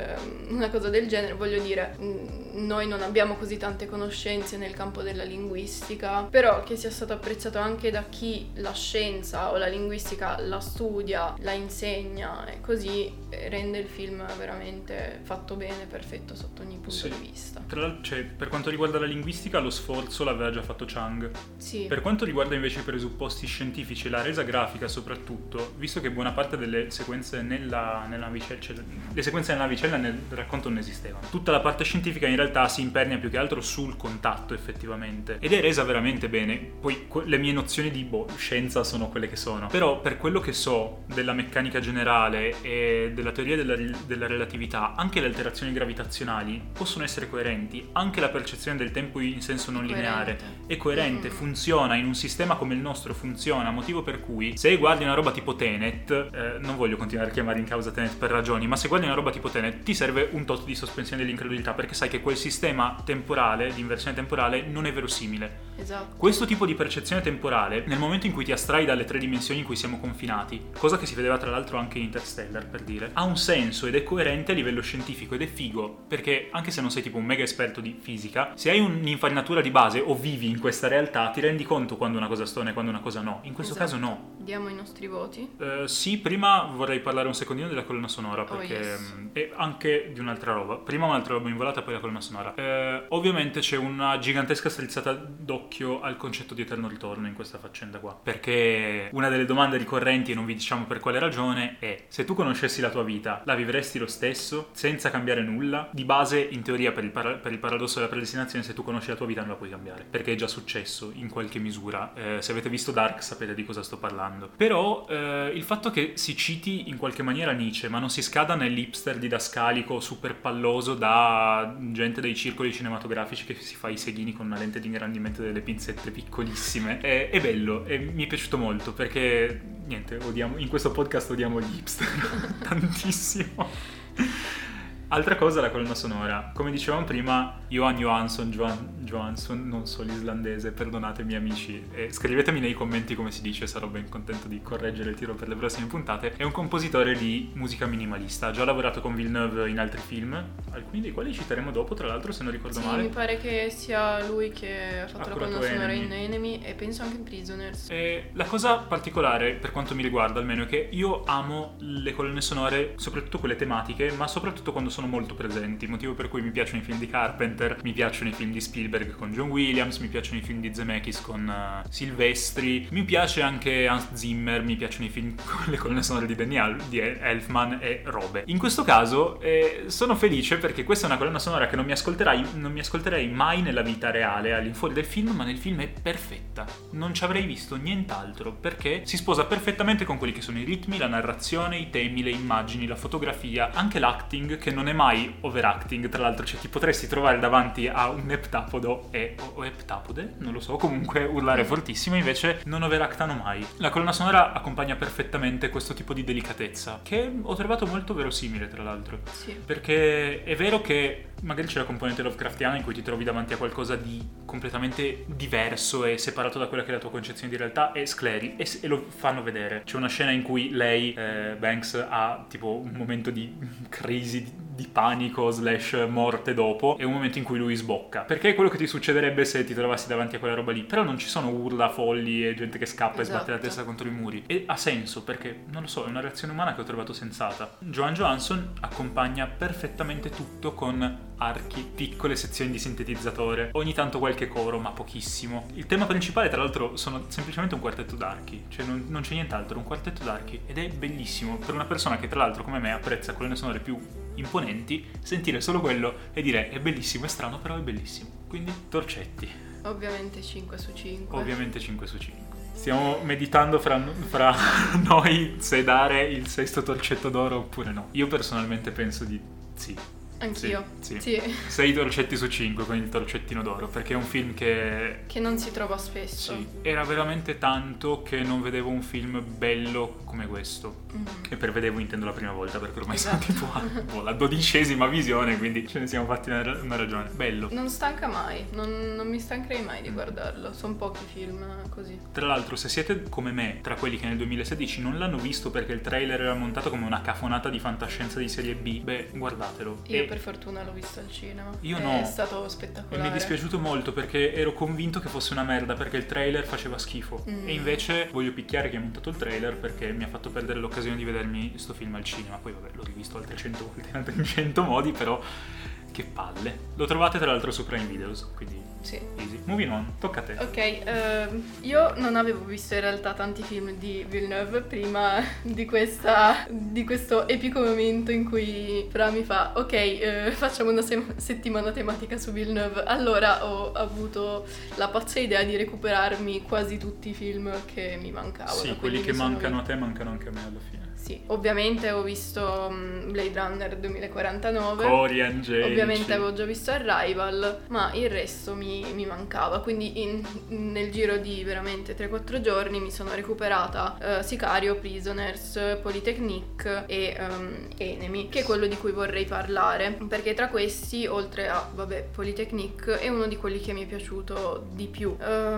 S3: una cosa del genere. Voglio dire, noi non abbiamo così tante conoscenze nel campo della linguistica, però che sia stato apprezzato anche da chi la scienza o la linguistica la studia, la insegna e così, rende il film veramente fatto bene, perfetto sotto ogni punto di vista.
S2: Tra l'altro, per quanto riguarda la linguistica, lo sforzo l'aveva già fatto Chang.
S3: Sì.
S2: Per quanto riguarda invece i presupposti scientifici e la resa grafica soprattutto, visto che buona parte delle sequenze nella navicella, cioè le sequenze nella navicella nel racconto non esistevano, tutta la parte scientifica in realtà si impernia più che altro sul contatto effettivamente, ed è resa veramente bene. Poi le mie nozioni di scienza sono quelle che sono, però per quello che so della meccanica generale e della teoria della relatività, anche le alterazioni gravitazionali possono essere coerenti, anche la percezione del tempo in senso non lineare è coerente, funziona in un sistema come il nostro, funziona, motivo per cui se guardi una roba tipo Tenet, non voglio continuare a chiamare in causa Tenet per ragioni, ma se guardi una roba tipo Tenet ti serve un tot di sospensione dell'incredulità, perché sai che quel sistema temporale, di inversione temporale, non è verosimile.
S3: Esatto.
S2: Questo tipo di percezione temporale, nel momento in cui ti astrai dalle 3 dimensioni in cui siamo confinati, cosa che si vedeva tra l'altro anche in Interstellar, per dire, ha un senso ed è coerente a livello scientifico ed è figo, perché anche se non sei tipo un mega esperto di fisica, se hai un'infarinatura di base o vivi in questa realtà, ti rendi conto quando una cosa stona e quando una cosa no. In questo caso no.
S3: Diamo i nostri voti.
S2: Sì, prima vorrei parlare un secondino della colonna sonora, perché e anche di un'altra roba. Prima un'altra roba in volata, poi la colonna sonora. Ovviamente c'è una gigantesca strizzata d'occhio al concetto di eterno ritorno in questa faccenda qua, perché una delle domande ricorrenti, e non vi diciamo per quale ragione, è: se tu conoscessi la tua vita, la vivresti lo stesso, senza cambiare nulla? Di base, in teoria, per il paradosso della predestinazione, se tu conosci la tua vita non la puoi cambiare, perché è già successo in qualche misura. Se avete visto Dark sapete di cosa sto parlando. Però il fatto che si citi in qualche maniera Nietzsche, ma non si scada nell'hipster didascalico super palloso da gente dei circoli cinematografici che si fa i seghini con una lente di ingrandimento delle pinzette piccolissime, è bello e mi è piaciuto molto, perché niente, in questo podcast odiamo gli hipster tantissimo. Altra cosa, la colonna sonora. Come dicevamo prima, Johan Johansson, non so l'islandese, perdonatemi amici, e scrivetemi nei commenti come si dice, sarò ben contento di correggere il tiro per le prossime puntate. È un compositore di musica minimalista, ha già lavorato con Villeneuve in altri film, alcuni dei quali citeremo dopo, tra l'altro, se non ricordo male.
S3: Mi pare che sia lui che ha fatto la colonna sonora in Enemy e penso anche in Prisoners.
S2: E la cosa particolare, per quanto mi riguarda almeno, è che io amo le colonne sonore, soprattutto quelle tematiche, ma soprattutto quando sono molto presenti, motivo per cui mi piacciono i film di Carpenter, mi piacciono i film di Spielberg con John Williams, mi piacciono i film di Zemeckis con Silvestri, mi piace anche Hans Zimmer, mi piacciono i film con le colonne sonore di Elfman e robe. In questo caso sono felice perché questa è una colonna sonora che non mi ascolterei mai nella vita reale all'infuori del film, ma nel film è perfetta, non ci avrei visto nient'altro, perché si sposa perfettamente con quelli che sono i ritmi, la narrazione, i temi, le immagini, la fotografia, anche l'acting, che non è mai overacting, tra l'altro, cioè ti potresti trovare davanti a un eptapodo o eptapode, non lo so, comunque urlare fortissimo, invece non overactano mai. La colonna sonora accompagna perfettamente questo tipo di delicatezza, che ho trovato molto verosimile, tra l'altro.
S3: Sì.
S2: Perché è vero che magari c'è la componente Lovecraftiana in cui ti trovi davanti a qualcosa di completamente diverso e separato da quella che è la tua concezione di realtà, e scleri e lo fanno vedere. C'è una scena in cui lei, Banks, ha tipo un momento di crisi di panico / morte dopo, e un momento in cui lui sbocca, perché è quello che ti succederebbe se ti trovassi davanti a quella roba lì. Però non ci sono urla folli e gente che scappa e sbatte la testa contro i muri, e ha senso, perché non lo so, è una reazione umana che ho trovato sensata. Johan Johansson accompagna perfettamente tutto con archi, piccole sezioni di sintetizzatore, ogni tanto qualche coro, ma pochissimo. Il tema principale, tra l'altro, sono semplicemente un quartetto d'archi, cioè non c'è nient'altro, un quartetto d'archi, ed è bellissimo per una persona che tra l'altro come me apprezza colonne sonore più imponenti. Sentire solo quello e dire è bellissimo, è strano, però è bellissimo. Quindi Torcetti.
S3: Ovviamente 5 su 5.
S2: Ovviamente 5 su 5. Stiamo meditando fra noi se dare il 6° torcetto d'oro oppure no. Io personalmente penso di sì.
S3: Anch'io.
S2: Sì.
S3: 6
S2: torcetti su 5 con il torcettino d'oro, perché è un film che
S3: non si trova spesso.
S2: Sì, era veramente tanto che non vedevo un film bello come questo. E per vedevo intendo la prima volta, perché ormai sono tipo la 12ª visione, quindi ce ne siamo fatti una ragione. Bello.
S3: Non stanca mai, non mi stancherei mai di guardarlo, sono pochi film così.
S2: Tra l'altro, se siete come me, tra quelli che nel 2016 non l'hanno visto perché il trailer era montato come una cafonata di fantascienza di serie B, beh, guardatelo.
S3: Io per fortuna l'ho visto al cinema.
S2: Io no.
S3: È stato spettacolare.
S2: E mi è dispiaciuto molto perché ero convinto che fosse una merda, perché il trailer faceva schifo. E invece voglio picchiare chi ha montato il trailer, perché mi ha fatto perdere l'occasione di vedermi sto film al cinema. Poi vabbè, l'ho rivisto altre 100 volte in 100 modi, però che palle. Lo trovate tra l'altro su Prime Videos, quindi
S3: sì.
S2: Easy. Moving on, tocca a te.
S3: Ok, io non avevo visto in realtà tanti film di Villeneuve prima di questo epico momento in cui Fra mi fa ok, facciamo una settimana tematica su Villeneuve. Allora ho avuto la pazza idea di recuperarmi quasi tutti i film che mi mancavano.
S2: Sì, quelli che mancano a te mancano anche a me alla fine.
S3: Sì, ovviamente ho visto Blade Runner 2049.
S2: Cori Angelici.
S3: Ovviamente avevo già visto Arrival, ma il resto mi mancava. Quindi nel giro di veramente 3-4 giorni mi sono recuperata Sicario, Prisoners, Polytechnique e Enemy, che è quello di cui vorrei parlare. Perché tra questi, oltre a, Polytechnique, è uno di quelli che mi è piaciuto di più.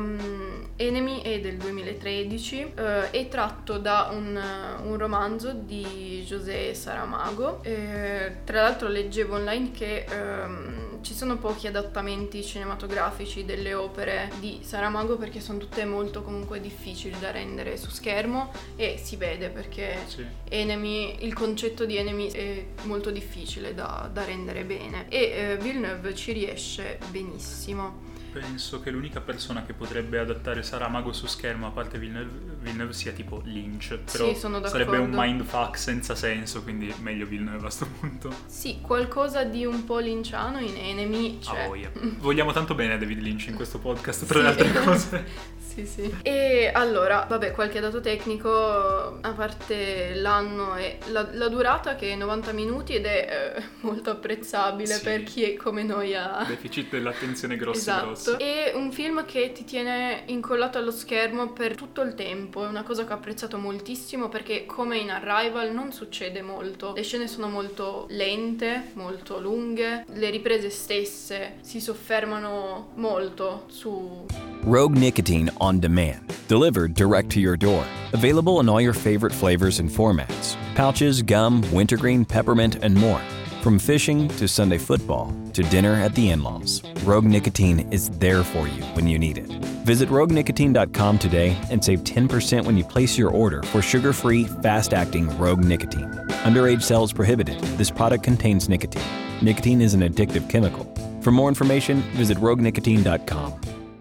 S3: Enemy è del 2013, è tratto da un romanzo di José Saramago. Tra l'altro leggevo online che ci sono pochi adattamenti cinematografici delle opere di Saramago, perché sono tutte molto comunque difficili da rendere su schermo, e si vede perché
S2: Sì.
S3: Enemy, il concetto di Enemy è molto difficile da rendere bene, e Villeneuve ci riesce benissimo.
S2: Penso che l'unica persona che potrebbe adattare Saramago su schermo, a parte Villeneuve sia tipo Lynch, però
S3: Sì, sono d'accordo.
S2: sarebbe un mindfuck senza senso, quindi meglio Villeneuve a sto punto.
S3: Sì, qualcosa di un po' linciano in Enemy c'è.
S2: A voglia. Vogliamo tanto bene a David Lynch in questo podcast, tra
S3: Sì.
S2: le altre cose.
S3: Sì. E allora, qualche dato tecnico, a parte l'anno e la durata, che è 90 minuti ed è molto apprezzabile,
S2: Sì.
S3: per chi è come noi ha...
S2: Deficit dell'attenzione grosso.
S3: Esatto. È un film che ti tiene incollato allo schermo per tutto il tempo. È una cosa che ho apprezzato moltissimo, perché come in Arrival non succede molto. Le scene sono molto lente, molto lunghe, le riprese stesse si soffermano molto su...
S1: Rogue Nicotine on demand, delivered direct to your door. Available in all your favorite flavors and formats. Pouches, gum, wintergreen, peppermint, and more. From fishing to Sunday football to dinner at the in-laws, Rogue Nicotine is there for you when you need it. Visit RogueNicotine.com today and save 10% when you place your order for sugar-free, fast-acting Rogue Nicotine. Underage sales prohibited. This product contains nicotine. Nicotine is an addictive chemical. For more information, visit RogueNicotine.com.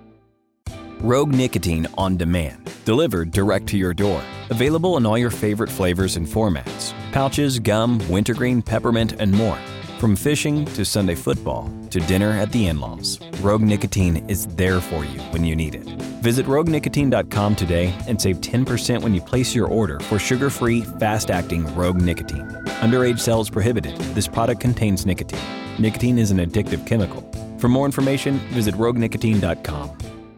S1: Rogue Nicotine on demand, delivered direct to your door. Available in all your favorite flavors and formats. Pouches, gum, wintergreen, peppermint, and more. From fishing to Sunday football to dinner at the in-laws, Rogue Nicotine is there for you when you need it. Visit RogueNicotine.com today and save 10% when you place your order for sugar-free, fast-acting Rogue Nicotine. Underage sales prohibited. This product contains nicotine. Nicotine is an addictive chemical. For more information, visit RogueNicotine.com.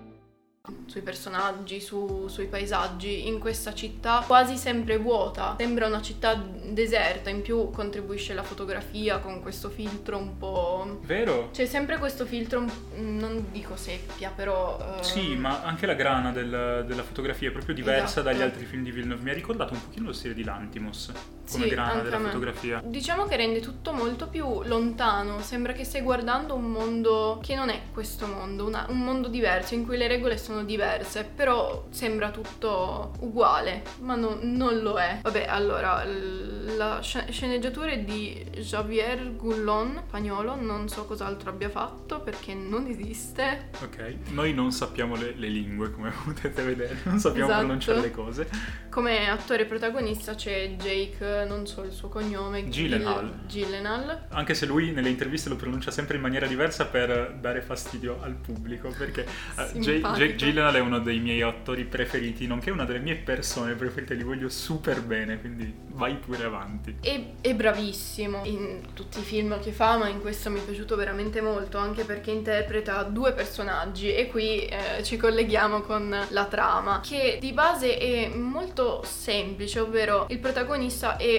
S3: Sui personaggi, sui paesaggi, in questa città quasi sempre vuota. Sembra una città deserta, in più contribuisce la fotografia con questo filtro un po'...
S2: Vero?
S3: C'è sempre questo filtro, non dico seppia, però...
S2: Sì, ma anche la grana della fotografia è proprio diversa
S3: Esatto.
S2: dagli altri film di Villeneuve. Mi ha ricordato un pochino lo stile di Lanthimos, come
S3: Sì,
S2: grana
S3: anche
S2: della
S3: a me.
S2: fotografia.
S3: Diciamo che rende tutto molto più lontano, sembra che stai guardando un mondo che non è questo mondo, un mondo diverso, in cui le regole sono diverse, però sembra tutto uguale, ma non lo è. Allora, la sceneggiatura è di Javier Gullón, spagnolo, non so cos'altro abbia fatto perché non esiste.
S2: Ok, noi non sappiamo le lingue, come potete vedere, non sappiamo
S3: Esatto.
S2: pronunciare le cose.
S3: Come attore protagonista c'è Jake, non so il suo cognome, Gyllenhaal.
S2: Anche se lui nelle interviste lo pronuncia sempre in maniera diversa per dare fastidio al pubblico, perché Jake Gyllenhaal è uno dei miei attori preferiti, nonché una delle mie persone preferite, li voglio super bene, quindi vai pure avanti.
S3: È bravissimo in tutti i film che fa, ma in questo mi è piaciuto veramente molto, anche perché interpreta due personaggi, e qui ci colleghiamo con la trama, che di base è molto semplice, ovvero il protagonista è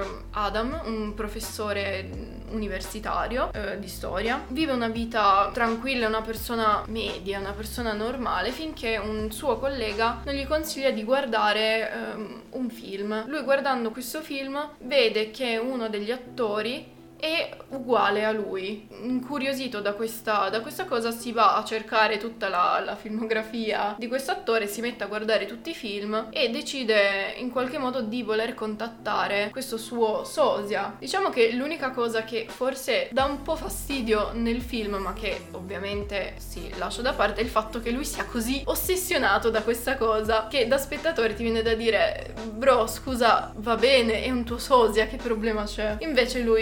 S3: Adam, un professore universitario di storia, vive una vita tranquilla, una persona media, una persona normale, finché un suo collega non gli consiglia di guardare un film. Lui, guardando questo film, vede che uno degli attori è uguale a lui. Incuriosito da questa cosa, si va a cercare tutta la filmografia di questo attore, si mette a guardare tutti i film e decide in qualche modo di voler contattare questo suo sosia. Diciamo che l'unica cosa che forse dà un po' fastidio nel film, ma che ovviamente si lascia da parte, è il fatto che lui sia così ossessionato da questa cosa che da spettatore ti viene da dire: bro, scusa, va bene, è un tuo sosia, che problema c'è? Invece lui è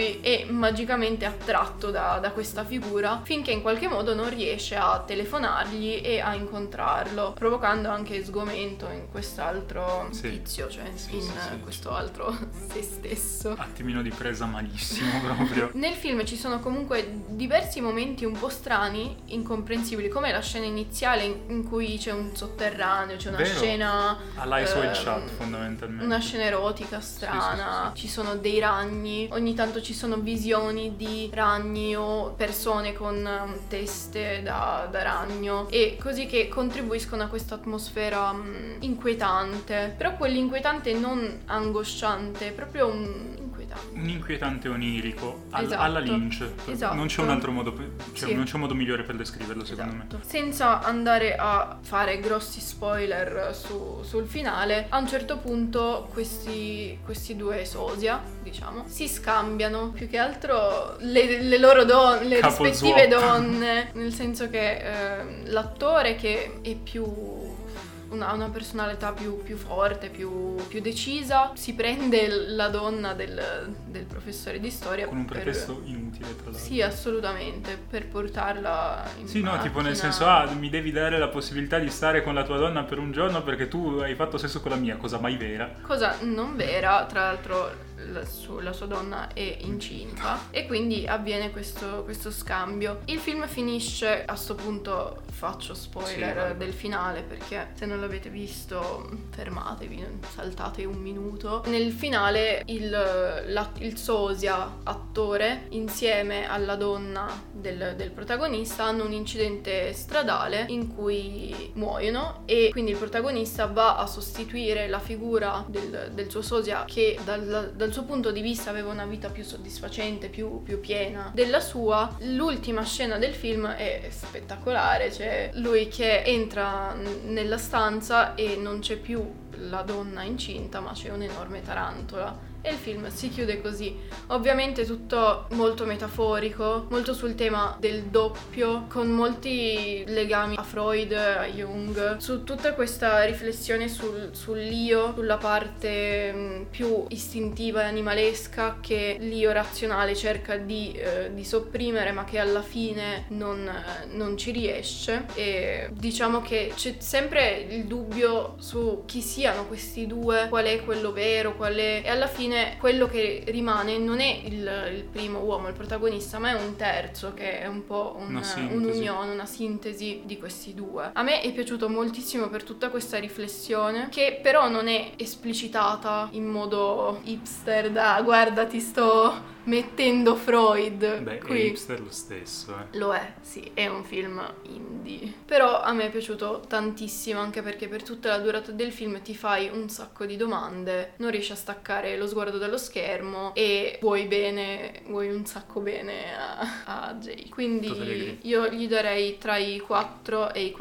S3: magicamente attratto da questa figura, finché in qualche modo non riesce a telefonargli e a incontrarlo, provocando anche sgomento in quest'altro tizio, cioè questo altro se stesso.
S2: Attimino di presa malissimo proprio.
S3: Nel film ci sono comunque diversi momenti un po' strani, incomprensibili, come la scena iniziale in cui c'è un sotterraneo, c'è una scena
S2: all'Eyes Wide Shut, fondamentalmente,
S3: una scena erotica strana, ci sono dei ragni, ogni tanto ci sono visioni di ragni o persone con teste da ragno, e così che contribuiscono a questa atmosfera inquietante, però quell'inquietante non angosciante, proprio un
S2: inquietante onirico
S3: esatto.
S2: alla Lynch.
S3: Esatto.
S2: Non c'è un altro modo non c'è un modo migliore per descriverlo, secondo me.
S3: Senza andare a fare grossi spoiler sul finale, a un certo punto questi due sosia, diciamo, si scambiano più che altro le loro donne, le rispettive donne, nel senso che l'attore, che è più una personalità più forte, più decisa, si prende la donna del professore di storia
S2: con un pretesto inutile, tra l'altro.
S3: Sì, assolutamente, per portarla in
S2: macchina. No, tipo nel senso, mi devi dare la possibilità di stare con la tua donna per un giorno perché tu hai fatto sesso con la mia, cosa mai vera.
S3: Cosa non vera, tra l'altro la sua donna è incinta e quindi avviene questo scambio. Il film finisce, a sto punto faccio spoiler del finale, perché se non l'avete visto fermatevi, saltate un minuto. Nel finale il sosia attore insieme alla donna del protagonista hanno un incidente stradale in cui muoiono, e quindi il protagonista va a sostituire la figura del suo sosia, che dal suo punto di vista aveva una vita più soddisfacente, più piena della sua. L'ultima scena del film è spettacolare, c'è lui che entra nella stanza e non c'è più la donna incinta, ma c'è un'enorme tarantola. E il film si chiude così. Ovviamente tutto molto metaforico, molto sul tema del doppio, con molti legami a Freud, a Jung, su tutta questa riflessione sull'io, sulla parte più istintiva e animalesca che l'io razionale cerca di sopprimere, ma che alla fine non ci riesce. E diciamo che c'è sempre il dubbio su chi siano questi due, qual è quello vero, e alla fine quello che rimane non è il primo uomo, il protagonista, ma è un terzo, che è un po' un'unione, una sintesi di questi due. A me è piaciuto moltissimo per tutta questa riflessione, che però non è esplicitata in modo hipster da guarda ti sto mettendo Freud.
S2: Beh,
S3: qui
S2: è hipster lo stesso,
S3: Lo è, sì, è un film indie. Però a me è piaciuto tantissimo, anche perché per tutta la durata del film ti fai un sacco di domande, non riesci a staccare lo sguardo dallo schermo e vuoi un sacco bene a Jay. Quindi io gli darei tra i 4 e i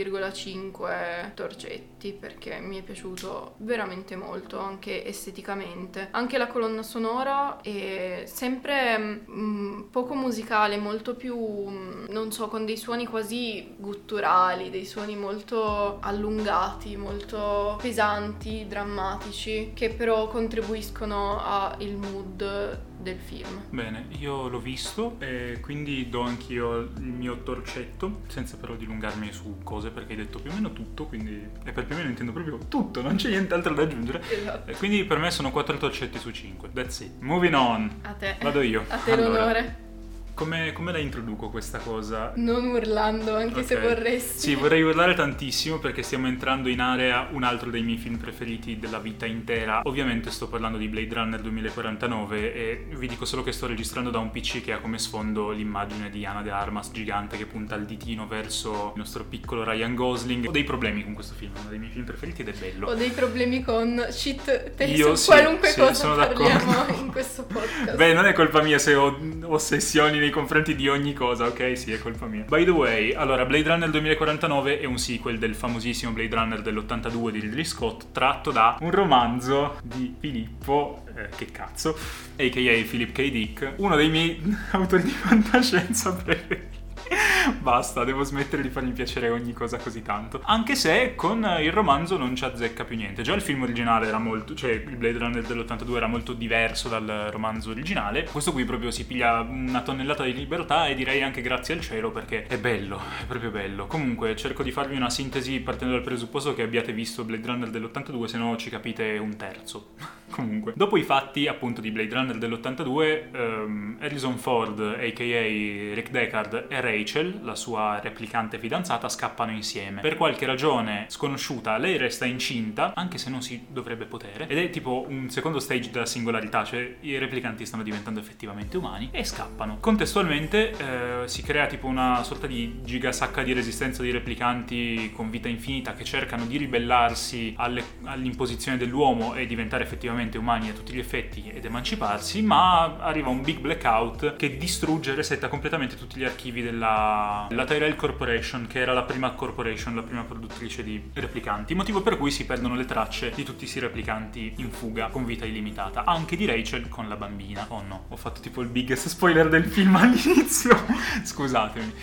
S3: 4,5 torcetti, perché mi è piaciuto veramente molto, anche esteticamente. Anche la colonna sonora è sempre poco musicale, molto più, non so, con dei suoni quasi gutturali, dei suoni molto allungati, molto pesanti, drammatici, che però contribuiscono al mood del film.
S2: Bene, io l'ho visto e quindi do anch'io il mio torcetto, senza però dilungarmi su cose, perché hai detto più o meno tutto, quindi, e per più o meno intendo proprio tutto, non c'è nient'altro da aggiungere.
S3: Esatto.
S2: E quindi per me sono 4 torcetti su 5. That's it. Moving on.
S3: A te.
S2: Vado io.
S3: A te l'onore.
S2: Come la introduco questa cosa?
S3: Non urlando, anche se vorresti.
S2: Sì, vorrei urlare tantissimo perché stiamo entrando in area un altro dei miei film preferiti della vita intera. Ovviamente sto parlando di Blade Runner 2049 e vi dico solo che sto registrando da un PC che ha come sfondo l'immagine di Ana de Armas gigante che punta il ditino verso il nostro piccolo Ryan Gosling. Ho dei problemi con questo film, è uno dei miei film preferiti ed è bello.
S3: Ho dei problemi con shit
S2: Io
S3: su qualunque cosa
S2: sono
S3: parliamo
S2: d'accordo
S3: in questo podcast.
S2: Beh, non è colpa mia se ho ossessioni nei confronti di ogni cosa, ok? Sì, è colpa mia. By the way, allora, Blade Runner 2049 è un sequel del famosissimo Blade Runner dell'82 di Ridley Scott, tratto da un romanzo di Filippo, che cazzo, a.k.a. Philip K. Dick, uno dei miei autori di fantascienza preferiti. Basta, devo smettere di farmi piacere ogni cosa così tanto. Anche se con il romanzo non ci azzecca più niente. Già il film originale era molto, cioè il Blade Runner dell'82 era molto diverso dal romanzo originale. Questo qui proprio si piglia una tonnellata di libertà, e direi anche grazie al cielo, perché è bello, è proprio bello. Comunque cerco di farvi una sintesi partendo dal presupposto che abbiate visto Blade Runner dell'82, se no ci capite un terzo. Comunque, dopo i fatti appunto di Blade Runner dell'82, Harrison Ford, a.k.a. Rick Deckard, e Rachel, la sua replicante fidanzata, scappano insieme. Per qualche ragione sconosciuta, lei resta incinta, anche se non si dovrebbe potere, ed è tipo un secondo stage della singolarità, cioè i replicanti stanno diventando effettivamente umani, e scappano. Contestualmente si crea tipo una sorta di gigasacca di resistenza di replicanti con vita infinita che cercano di ribellarsi all'imposizione dell'uomo e diventare effettivamente umani a tutti gli effetti ed emanciparsi, ma arriva un big blackout che distrugge e resetta completamente tutti gli archivi della Tyrell Corporation, che era la prima corporation, la prima produttrice di replicanti, motivo per cui si perdono le tracce di tutti questi replicanti in fuga con vita illimitata, anche di Rachel con la bambina. Oh no, ho fatto tipo il biggest spoiler del film all'inizio, scusatemi.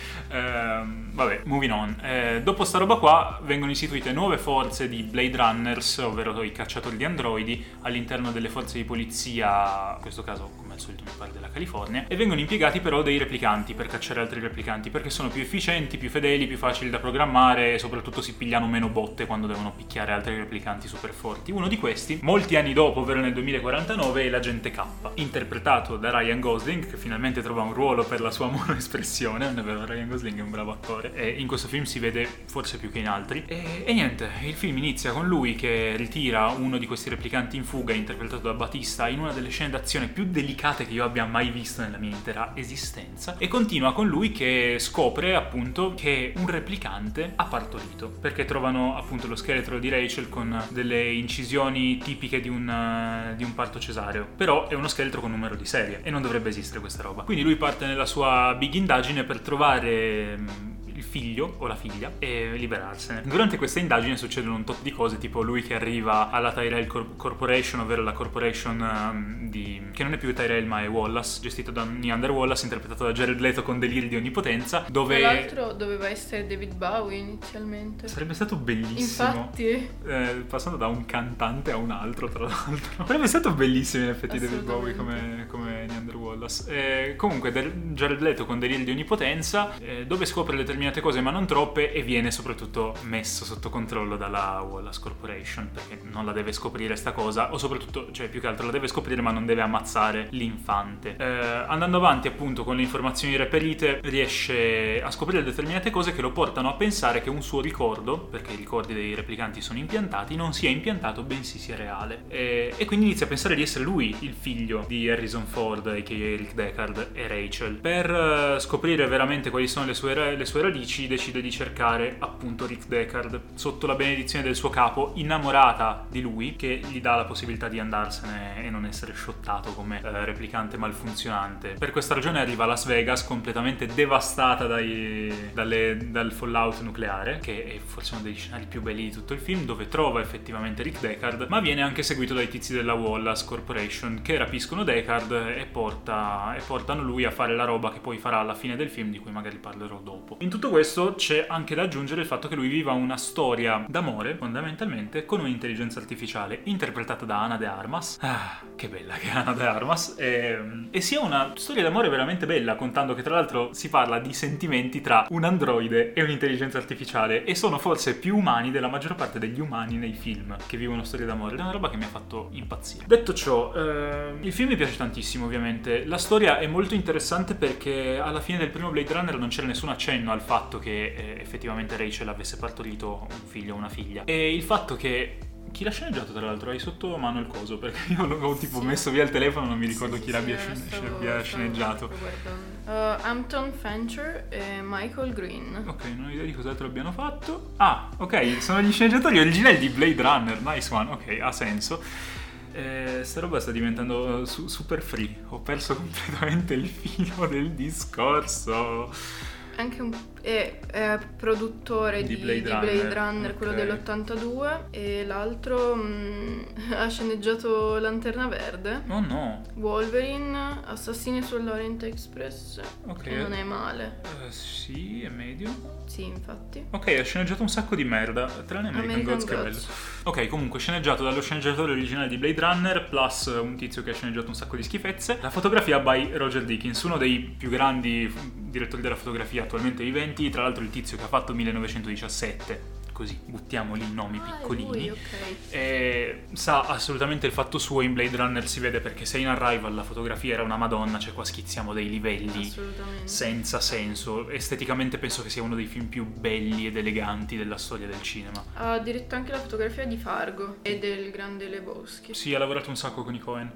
S2: Vabbè, moving on. Dopo sta roba qua vengono istituite nuove forze di Blade Runners, ovvero i cacciatori di androidi, all'interno delle forze di polizia, in questo caso come al solito mi pare della California, e vengono impiegati però dei replicanti per cacciare altri replicanti, perché sono più efficienti, più fedeli, più facili da programmare, e soprattutto si pigliano meno botte quando devono picchiare altri replicanti super forti. Uno di questi, molti anni dopo, ovvero nel 2049, è l'agente K, interpretato da Ryan Gosling, che finalmente trova un ruolo per la sua monoespressione. Non è vero, Ryan Gosling è un bravo attore, e in questo film si vede forse più che in altri. E niente, il film inizia con lui che ritira uno di questi replicanti in fuga, interpretato da Batista, in una delle scene d'azione più delicate che io abbia mai visto nella mia intera esistenza, e continua con lui che scopre appunto che un replicante ha partorito, perché trovano appunto lo scheletro di Rachel con delle incisioni tipiche di un parto cesareo, però è uno scheletro con numero di serie e non dovrebbe esistere questa roba. Quindi lui parte nella sua big indagine per trovare il figlio o la figlia e liberarsene. Durante questa indagine succedono un tot di cose, tipo lui che arriva alla Tyrell Corporation, ovvero la corporation che non è più Tyrell ma è Wallace, gestito da Neander Wallace, interpretato da Jared Leto con deliri di onnipotenza, dove
S3: tra l'altro doveva essere David Bowie inizialmente.
S2: Sarebbe stato bellissimo.
S3: Infatti
S2: passando da un cantante a un altro, tra l'altro. Sarebbe stato bellissimo in effetti David Bowie come Neander Wallace. Comunque Jared Leto con deliri di onnipotenza, dove scopre determinate cose ma non troppe, e viene soprattutto messo sotto controllo dalla Wallace Corporation, perché non la deve scoprire sta cosa, o soprattutto, cioè più che altro la deve scoprire ma non deve ammazzare l'infante. Andando avanti appunto con le informazioni reperite, riesce a scoprire determinate cose che lo portano a pensare che un suo ricordo, perché i ricordi dei replicanti sono impiantati, non sia impiantato bensì sia reale, e quindi inizia a pensare di essere lui il figlio di Harrison Ford, a.k.a. Rick Deckard, e Rachel. Per scoprire veramente quali sono le sue radici, decide di cercare appunto Rick Deckard sotto la benedizione del suo capo, innamorata di lui, che gli dà la possibilità di andarsene e non essere shottato come replicante malfunzionante. Per questa ragione arriva a Las Vegas completamente devastata dal fallout nucleare, che è forse uno degli scenari più belli di tutto il film, dove trova effettivamente Rick Deckard, ma viene anche seguito dai tizi della Wallace Corporation che rapiscono Deckard e portano lui a fare la roba che poi farà alla fine del film, di cui magari parlerò dopo. In tutto questo c'è anche da aggiungere il fatto che lui viva una storia d'amore, fondamentalmente, con un'intelligenza artificiale interpretata da Ana de Armas. Che bella che è Ana de Armas. E sia una storia d'amore veramente bella, contando che tra l'altro si parla di sentimenti tra un androide e un'intelligenza artificiale, e sono forse più umani della maggior parte degli umani nei film che vivono storie d'amore. Ed è una roba che mi ha fatto impazzire. Detto ciò, il film mi piace tantissimo, ovviamente. La storia è molto interessante perché alla fine del primo Blade Runner non c'era nessun accenno al fatto che effettivamente Rachel avesse partorito un figlio o una figlia, e il fatto che chi l'ha sceneggiato, tra l'altro, hai sotto mano il coso, perché io l'ho tipo messo via il telefono, non mi ricordo chi l'abbia sceneggiato.
S3: Hampton Fancher e Michael Green.
S2: Ok, non ho idea di cos'altro abbiano fatto. Ok, sono gli sceneggiatori originali di Blade Runner. Nice one, ok, ha senso. Sta roba sta diventando super free. Ho perso completamente il filo del discorso.
S3: Anche un è produttore di Blade Runner, quello dell'82, e l'altro ha sceneggiato Lanterna Verde.
S2: Oh no.
S3: Wolverine, Assassini sull'Orient Express.
S2: Ok.
S3: Che non è male.
S2: Sì, è medio.
S3: Sì, infatti.
S2: Ok, ha sceneggiato un sacco di merda, tranne American Gods, che bello. Ok, comunque sceneggiato dallo sceneggiatore originale di Blade Runner plus un tizio che ha sceneggiato un sacco di schifezze. La fotografia by Roger Deakins, uno dei più grandi direttori della fotografia attualmente viventi, tra l'altro il tizio che ha fatto 1917. Così buttiamo lì nomi piccolini.
S3: Okay.
S2: E sa assolutamente il fatto suo. In Blade Runner si vede, perché se in Arrival la fotografia era una madonna, cioè qua schizziamo dei livelli senza senso. Esteticamente penso che sia uno dei film più belli ed eleganti della storia del cinema.
S3: Ha diretto anche la fotografia di Fargo e del Grande Lebowski.
S2: Sì, ha lavorato un sacco con i Coen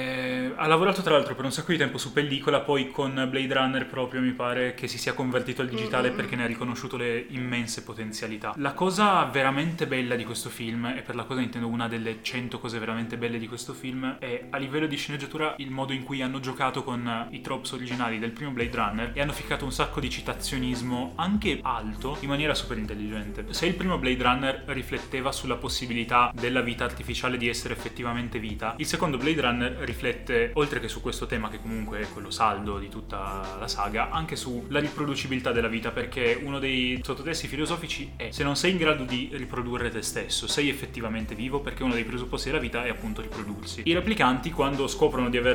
S2: e ha lavorato tra l'altro per un sacco di tempo su pellicola, poi con Blade Runner proprio mi pare che si sia convertito al digitale perché ne ha riconosciuto le immense potenzialità. La cosa veramente bella di questo film, e per la cosa intendo una delle 100 cose veramente belle di questo film, è a livello di sceneggiatura il modo in cui hanno giocato con i tropes originali del primo Blade Runner e hanno ficcato un sacco di citazionismo anche alto in maniera super intelligente. Se il primo Blade Runner rifletteva sulla possibilità della vita artificiale di essere effettivamente vita, il secondo Blade Runner riflette, oltre che su questo tema che comunque è quello saldo di tutta la saga, anche sulla riproducibilità della vita, perché uno dei sottotesti filosofici è: se non sei in grado di riprodurre te stesso, sei effettivamente vivo, perché uno dei presupposti della vita è appunto riprodursi. I replicanti, quando scoprono di aver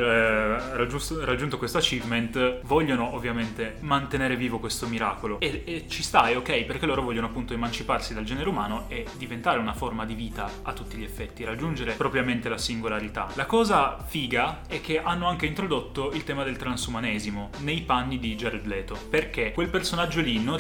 S2: raggiunto questo achievement, vogliono ovviamente mantenere vivo questo miracolo e ci sta, è ok, perché loro vogliono appunto emanciparsi dal genere umano e diventare una forma di vita a tutti gli effetti, raggiungere propriamente la singolarità. La cosa figa è che hanno anche introdotto il tema del transumanesimo nei panni di Jared Leto, perché quel personaggio lì non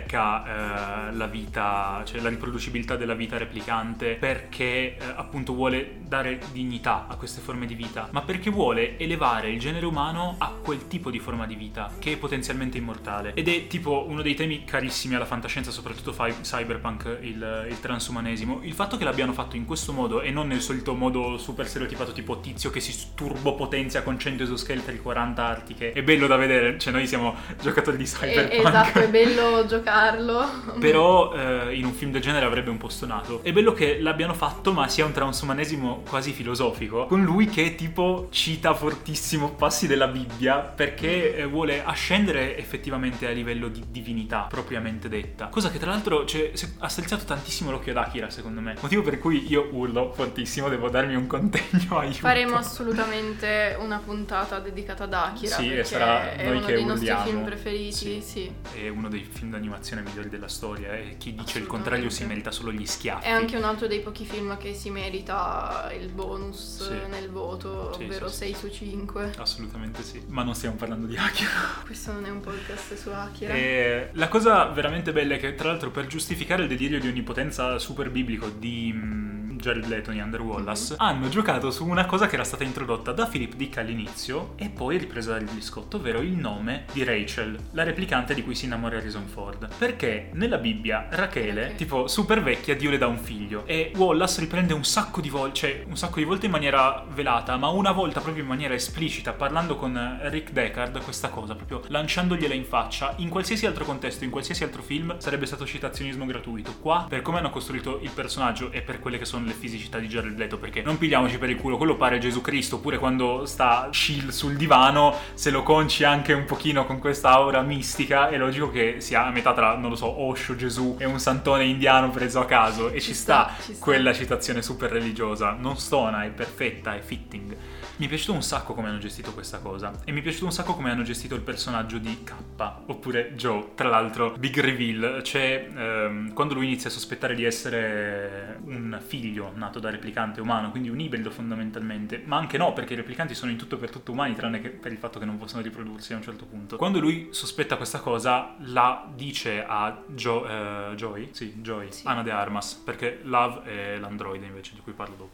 S2: ricerca la vita, cioè la riproducibilità della vita replicante perché appunto vuole dare dignità a queste forme di vita, ma perché vuole elevare il genere umano a quel tipo di forma di vita che è potenzialmente immortale. Ed è tipo uno dei temi carissimi alla fantascienza, soprattutto cyberpunk, il transumanesimo. Il fatto che l'abbiano fatto in questo modo e non nel solito modo super stereotipato tipo tizio che si turbopotenzia con 100 esoscheletri 40 artiche, è bello da vedere, cioè noi siamo giocatori di cyberpunk.
S3: Esatto, è bello giocarlo.
S2: Però in un film del genere avrebbe un po' stonato. È bello che l'abbiano fatto, ma sia un transumanesimo quasi filosofico, con lui che tipo cita fortissimo passi della Bibbia perché vuole ascendere effettivamente a livello di divinità propriamente detta, cosa che tra l'altro ha strizzato tantissimo l'occhio ad Akira, secondo me, motivo per cui io urlo fortissimo, devo darmi un contegno, aiuto.
S3: Faremo assolutamente una puntata dedicata ad Akira,
S2: sì,
S3: perché
S2: sarà
S3: è
S2: noi
S3: uno
S2: che
S3: dei nostri
S2: urliamo.
S3: film preferiti. Sì.
S2: È uno dei film d'animazione migliori della storia e chi dice il contrario si merita solo gli schiaffi.
S3: È anche un altro dei pochi film che si merita il bonus nel voto, ovvero 6 su 5.
S2: Assolutamente sì, ma non stiamo parlando di Akira.
S3: Questo non è un podcast su Akira.
S2: E la cosa veramente bella è che, tra l'altro, per giustificare il delirio di onnipotenza super biblico di Jared Leto in Under Wallace, hanno giocato su una cosa che era stata introdotta da Philip Dick all'inizio e poi ripresa da Ridley Scott, ovvero il nome di Rachel, la replicante di cui si innamora Harrison Ford. Perché nella Bibbia Rachele, tipo super vecchia, Dio le dà un figlio e Wallace riprende un sacco di volte in maniera velata, ma una volta proprio in maniera esplicita, parlando con Rick Deckard, questa cosa, proprio lanciandogliela in faccia. In qualsiasi altro contesto, in qualsiasi altro film sarebbe stato citazionismo gratuito. Qua, per come hanno costruito il personaggio e per quelle che sono le fisicità di Jared Leto, perché non pigliamoci per il culo, quello pare Gesù Cristo, oppure quando sta chill sul divano, se lo conci anche un pochino con questa aura mistica, è logico che sia a metà tra, non lo so, Osho, Gesù e un santone indiano preso a caso, e ci sta quella citazione super religiosa, non stona, è perfetta, è fitting. Mi è piaciuto un sacco come hanno gestito questa cosa, e mi è piaciuto un sacco come hanno gestito il personaggio di K, oppure Joe. Tra l'altro, big reveal, c'è quando lui inizia a sospettare di essere un figlio nato da replicante umano, quindi un ibrido fondamentalmente, ma anche no, perché i replicanti sono in tutto per tutto umani, tranne che per il fatto che non possono riprodursi a un certo punto. Quando lui sospetta questa cosa, la dice a Joy, Ana de Armas, perché Love è l'androide invece, di cui parlo dopo.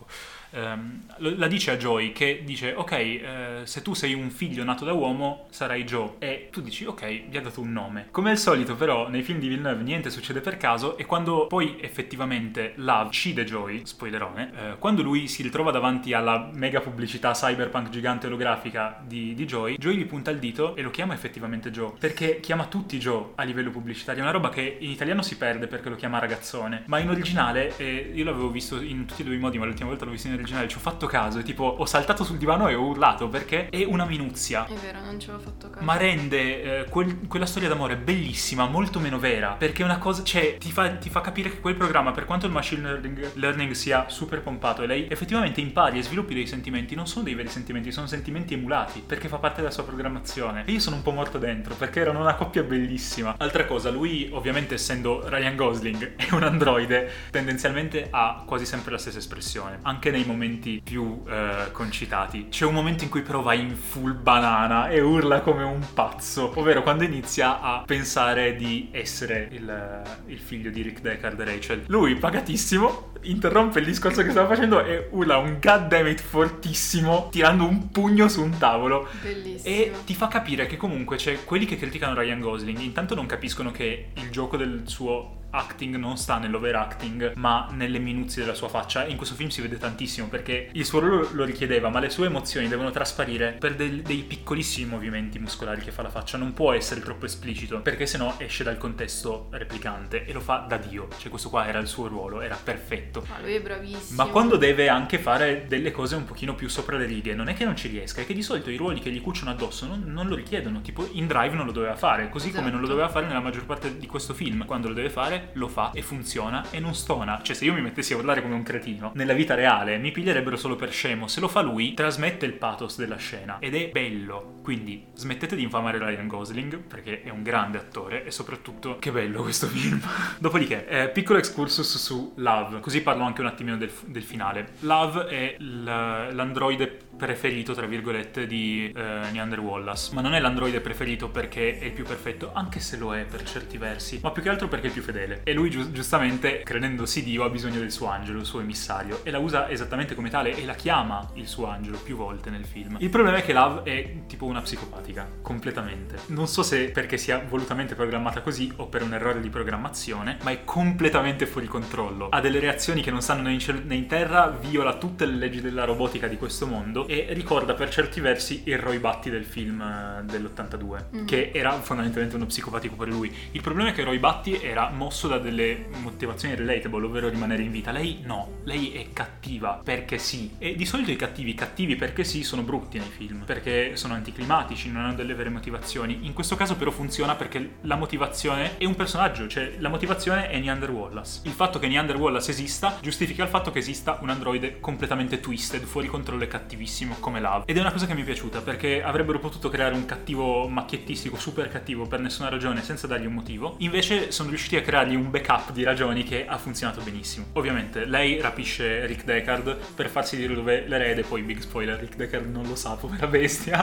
S2: la dice a Joy, che dice ok, se tu sei un figlio nato da uomo sarai Joe, e tu dici ok, gli ha dato un nome. Come al solito però nei film di Villeneuve niente succede per caso, e quando poi effettivamente Love uccide Joy, spoilerone, quando lui si ritrova davanti alla mega pubblicità cyberpunk gigante olografica di Joy gli punta il dito e lo chiama effettivamente Joe, perché chiama tutti Joe a livello pubblicitario. È una roba che in italiano si perde perché lo chiama ragazzone, ma in originale, io l'avevo visto in tutti e due i modi, ma l'ultima volta l'ho visto in originale, ci ho fatto caso e tipo ho saltato sul divano e ho urlato, perché è una minuzia.
S3: È vero, non ci avevo fatto caso.
S2: Ma rende quella storia d'amore bellissima, molto meno vera, perché è una cosa, cioè ti fa capire che quel programma, per quanto il machine learning sia super pompato e lei effettivamente impari e sviluppi dei sentimenti, non sono dei veri sentimenti, sono sentimenti emulati, perché fa parte della sua programmazione. E io sono un po' morto dentro, perché erano una coppia bellissima. Altra cosa, lui ovviamente essendo Ryan Gosling è un androide, tendenzialmente ha quasi sempre la stessa espressione, anche nei momenti più concitati. C'è un momento in cui però va in full banana e urla come un pazzo, ovvero quando inizia a pensare di essere il figlio di Rick Deckard e Rachel. Lui, pagatissimo, interrompe il discorso che stava facendo e urla un goddammit fortissimo, tirando un pugno su un tavolo.
S3: Bellissimo.
S2: E ti fa capire che comunque c'è quelli che criticano Ryan Gosling, intanto non capiscono che il gioco del suo acting non sta nell'overacting ma nelle minuzie della sua faccia. In questo film si vede tantissimo perché il suo ruolo lo richiedeva, ma le sue emozioni devono trasparire per dei piccolissimi movimenti muscolari che fa la faccia. Non può essere troppo esplicito perché sennò esce dal contesto replicante, e lo fa da Dio. Cioè questo qua era il suo ruolo, era perfetto.
S3: Ma lui è bravissimo.
S2: Ma quando deve anche fare delle cose un pochino più sopra le righe, non è che non ci riesca, è che di solito i ruoli che gli cuciono addosso non lo richiedono. Tipo in Drive non lo doveva fare, così come non lo doveva fare nella maggior parte di questo film. Quando lo deve fare lo fa e funziona e non stona. Cioè se io mi mettessi a urlare come un cretino nella vita reale mi piglierebbero solo per scemo. Se lo fa lui trasmette il pathos della scena ed è bello. Quindi smettete di infamare Ryan Gosling perché è un grande attore, e soprattutto che bello questo film. Dopodiché piccolo excursus su Love, così parlo anche un attimino del finale. Love è l'androide preferito tra virgolette di Neander Wallace, ma non è l'androide preferito perché è il più perfetto, anche se lo è per certi versi, ma più che altro perché è il più fedele. E lui giustamente, credendosi Dio, ha bisogno del suo angelo, il suo emissario, e la usa esattamente come tale e la chiama il suo angelo più volte nel film. Il problema è che Love è tipo una psicopatica, completamente. Non so se perché sia volutamente programmata così o per un errore di programmazione, ma è completamente fuori controllo. Ha delle reazioni che non stanno né in cielo né in terra, viola tutte le leggi della robotica di questo mondo e ricorda per certi versi il Roy Batty del film dell'82, che era fondamentalmente uno psicopatico per lui. Il problema è che Roy Batty era mosso da delle motivazioni relatable, ovvero rimanere in vita. Lei no, lei è cattiva perché sì, e di solito i cattivi perché sì sono brutti nei film, perché sono anticlimatici, non hanno delle vere motivazioni. In questo caso però funziona perché la motivazione è un personaggio, cioè la motivazione è Neander Wallace. Il fatto che Neander Wallace esista giustifica il fatto che esista un androide completamente twisted, fuori controllo e cattivissimo come Love. Ed è una cosa che mi è piaciuta perché avrebbero potuto creare un cattivo macchiettistico super cattivo per nessuna ragione senza dargli un motivo, invece sono riusciti a creargli un backup di ragioni che ha funzionato benissimo. Ovviamente lei rapisce Rick Deckard per farsi dire dove l'erede, poi big spoiler, Rick Deckard non lo sa, povera bestia,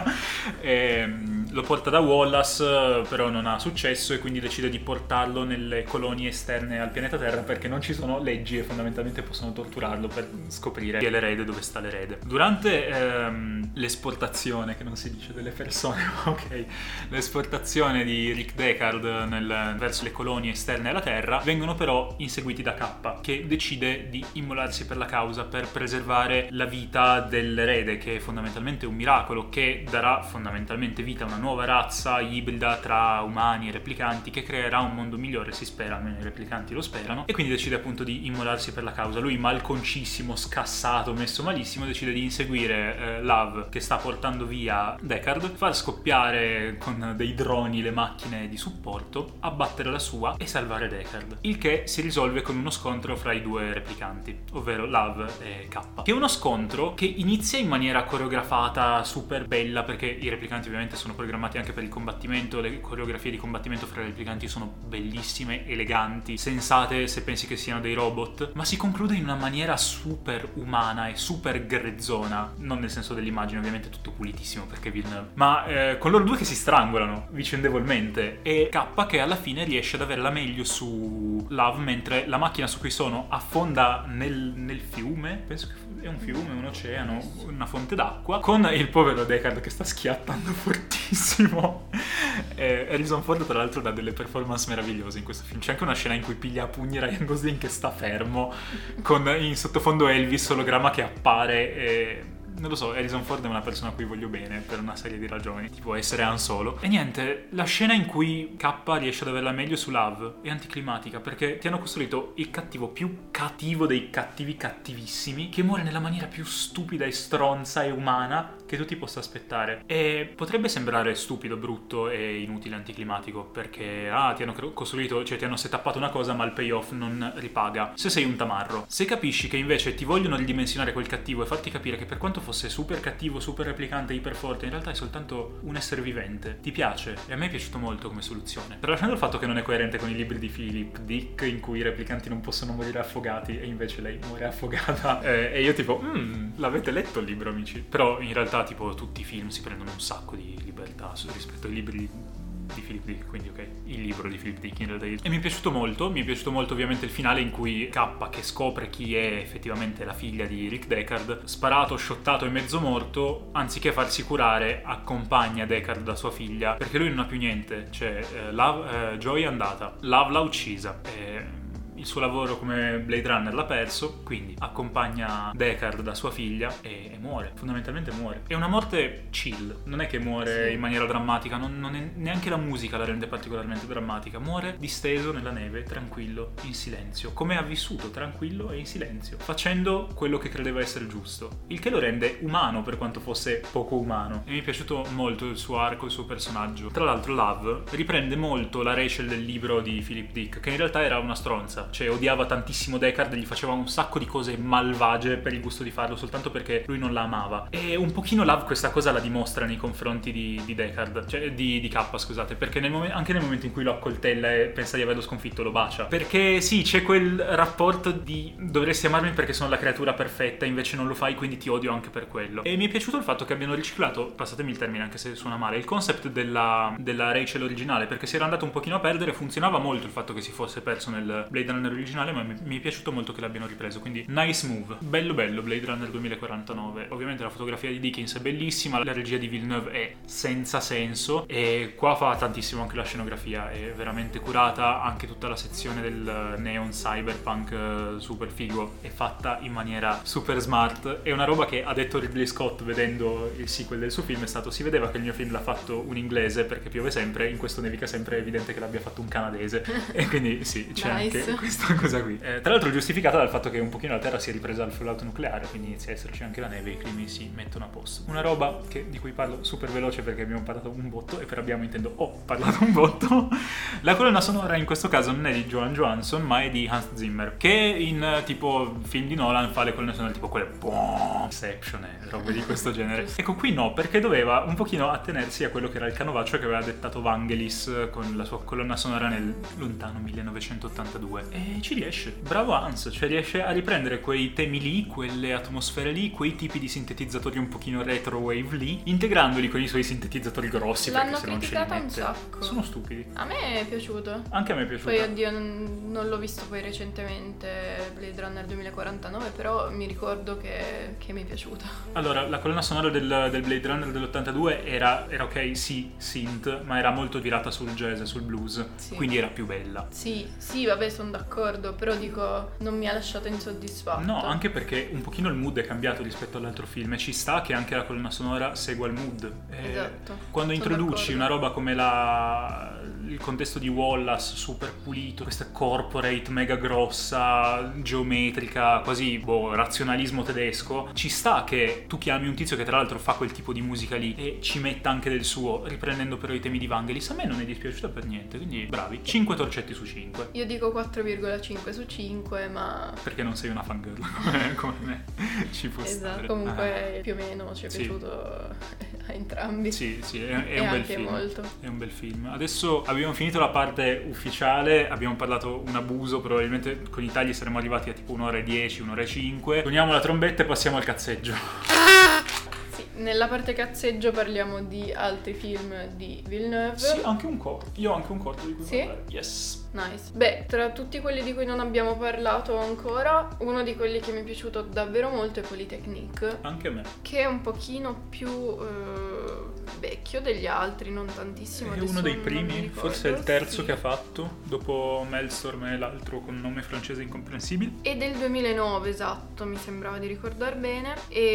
S2: e lo porta da Wallace, però non ha successo e quindi decide di portarlo nelle colonie esterne al pianeta Terra perché non ci sono leggi e fondamentalmente possono torturarlo per scoprire chi è l'erede, dove sta l'erede. Durante l'esportazione, che non si dice delle persone, ok, l'esportazione di Rick Deckard verso le colonie esterne alla Terra, vengono però inseguiti da K, che decide di immolarsi per la causa per preservare la vita dell'erede, che è fondamentalmente un miracolo che darà fondamentalmente vita a una nuova razza ibrida tra umani e replicanti che creerà un mondo migliore, si spera, almeno i replicanti lo sperano, e quindi decide appunto di immolarsi per la causa. Lui, malconcissimo, scassato, messo malissimo, decide di inseguire Love che sta portando via Deckard, far scoppiare con dei droni le macchine di supporto, abbattere la sua e salvare Deckard, il che si risolve con uno scontro fra i due replicanti, ovvero Love e K, che è uno scontro che inizia in maniera coreografata super bella perché i replicanti ovviamente sono programmati programmati anche per il combattimento, le coreografie di combattimento fra i replicanti sono bellissime, eleganti, sensate se pensi che siano dei robot, ma si conclude in una maniera super umana e super grezzona, non nel senso dell'immagine, ovviamente tutto pulitissimo perché Villeneuve, ma con loro due che si strangolano vicendevolmente e K che alla fine riesce ad avere la meglio su Love mentre la macchina su cui sono affonda nel fiume, penso che è un fiume, un oceano, una fonte d'acqua, con il povero Deckard che sta schiattando fortissimo. Harrison Ford tra l'altro dà delle performance meravigliose in questo film. C'è anche una scena in cui piglia a pugni Ryan Gosling che sta fermo, con in sottofondo Elvis ologramma che appare e... non lo so, Harrison Ford è una persona a cui voglio bene per una serie di ragioni, tipo essere Han Solo. E niente, la scena in cui K riesce ad averla meglio su Love è anticlimatica perché ti hanno costruito il cattivo più cattivo dei cattivi cattivissimi che muore nella maniera più stupida e stronza e umana che tu ti possa aspettare. E potrebbe sembrare stupido, brutto e inutile anticlimatico perché ti hanno costruito, cioè ti hanno setappato una cosa ma il payoff non ripaga. Se sei un tamarro, se capisci che invece ti vogliono ridimensionare quel cattivo e farti capire che per quanto fosse super cattivo, super replicante, iper forte, in realtà è soltanto un essere vivente, ti piace, e a me è piaciuto molto come soluzione. Tralasciando il fatto che non è coerente con i libri di Philip Dick in cui i replicanti non possono morire affogati e invece lei muore affogata, e io tipo l'avete letto il libro, amici? Però in realtà tipo tutti i film si prendono un sacco di libertà rispetto ai libri di Philip Dick, quindi ok, il libro di Philip Dick in realtà. E mi è piaciuto molto ovviamente il finale in cui K, che scopre chi è effettivamente la figlia di Rick Deckard, sparato, shottato e mezzo morto, anziché farsi curare accompagna Deckard da sua figlia perché lui non ha più niente, cioè Joy è andata, Love l'ha uccisa, il suo lavoro come Blade Runner l'ha perso, quindi accompagna Deckard da sua figlia e muore, fondamentalmente muore. È una morte chill, non è che muore in maniera drammatica, non è, neanche la musica la rende particolarmente drammatica, muore disteso nella neve, tranquillo, in silenzio, come ha vissuto, tranquillo e in silenzio, facendo quello che credeva essere giusto, il che lo rende umano per quanto fosse poco umano. E mi è piaciuto molto il suo arco, il suo personaggio. Tra l'altro Love riprende molto la Rachel del libro di Philip Dick, che in realtà era una stronza, cioè odiava tantissimo Deckard e gli faceva un sacco di cose malvagie per il gusto di farlo soltanto perché lui non la amava. E un pochino Love questa cosa la dimostra nei confronti di Deckard, cioè di K, scusate, perché anche nel momento in cui lo accoltella e pensa di averlo sconfitto lo bacia, perché sì, c'è quel rapporto di dovresti amarmi perché sono la creatura perfetta, invece non lo fai quindi ti odio anche per quello. E mi è piaciuto il fatto che abbiano riciclato, passatemi il termine anche se suona male, il concept della Rachel originale, perché si era andato un pochino a perdere. Funzionava molto il fatto che si fosse perso nel Blade Runner originale, ma mi è piaciuto molto che l'abbiano ripreso, quindi nice move, bello Blade Runner 2049. Ovviamente la fotografia di Dickens è bellissima, la regia di Villeneuve è senza senso e qua fa tantissimo anche la scenografia, è veramente curata, anche tutta la sezione del neon cyberpunk super figo è fatta in maniera super smart. È una roba che ha detto Ridley Scott vedendo il sequel del suo film, è stato: si vedeva che il mio film l'ha fatto un inglese perché piove sempre, in questo nevica sempre, è evidente che l'abbia fatto un canadese. E quindi sì, c'è nice. Anche questa cosa qui, tra l'altro giustificata dal fatto che un pochino la Terra si è ripresa dal fallout nucleare, quindi inizia a esserci anche la neve e i climi si mettono a posto. Una roba di cui parlo super veloce perché abbiamo parlato un botto, e per abbiamo intendo ho parlato un botto. La colonna sonora in questo caso non è di Johan Johansson ma è di Hans Zimmer, che in tipo film di Nolan fa le colonne sonore tipo quelle Inception e robe di questo genere. Ecco, qui no, perché doveva un pochino attenersi a quello che era il canovaccio che aveva dettato Vangelis con la sua colonna sonora nel lontano 1982, e ci riesce. Bravo Hans, cioè riesce a riprendere quei temi lì, quelle atmosfere lì, quei tipi di sintetizzatori un pochino retro wave lì, integrandoli con i suoi sintetizzatori grossi.
S3: L'hanno
S2: perché se non ce li
S3: criticata
S2: mette
S3: un sacco.
S2: Sono stupidi.
S3: A me è piaciuto.
S2: Anche a me è piaciuto.
S3: Poi oddio, non l'ho visto poi recentemente Blade Runner 2049, però mi ricordo che mi è piaciuta.
S2: Allora, la colonna sonora del Blade Runner dell'82 era ok, sì, synth, ma era molto virata sul jazz e sul blues,
S3: sì.
S2: Quindi era più bella.
S3: Sì, vabbè, sono d'accordo, però dico, non mi ha lasciato insoddisfatto.
S2: No, anche perché un pochino il mood è cambiato rispetto all'altro film e ci sta che anche la colonna sonora segua il mood.
S3: Esatto.
S2: Quando introduci una roba come il contesto di Wallace super pulito, questa corporate mega grossa, geometrica, quasi razionalismo tedesco, ci sta che tu chiami un tizio che tra l'altro fa quel tipo di musica lì e ci metta anche del suo, riprendendo però i temi di Vangelis. A me non è dispiaciuta per niente, quindi bravi. 5 torcetti su 5.
S3: Io dico 4,5 su 5, ma
S2: perché non sei una fangirl come me, ci può
S3: esatto,
S2: stare.
S3: comunque più o meno ci è piaciuto ai entrambi.
S2: Sì, è un bel
S3: anche
S2: film.
S3: molto.
S2: È un bel film. Adesso abbiamo finito la parte ufficiale, abbiamo parlato un abuso, probabilmente con i tagli saremo arrivati a tipo 1:10, 1:05. Suoniamo la trombetta e passiamo al cazzeggio.
S3: Nella parte cazzeggio parliamo di altri film di Villeneuve.
S2: Sì, anche un corto. Io ho anche un corto di cui
S3: Sì?
S2: parlare. Yes.
S3: Nice. Beh, tra tutti quelli di cui non abbiamo parlato ancora, uno di quelli che mi è piaciuto davvero molto è Polytechnique,
S2: Anche a me.
S3: che è un pochino più vecchio degli altri, non tantissimo.
S2: È
S3: adesso
S2: uno dei
S3: non mi
S2: primi,
S3: ricordo.
S2: forse è il terzo
S3: Sì.
S2: che ha fatto, dopo Maelstrom e l'altro con nome francese incomprensibile.
S3: È del 2009, esatto, mi sembrava di ricordar bene.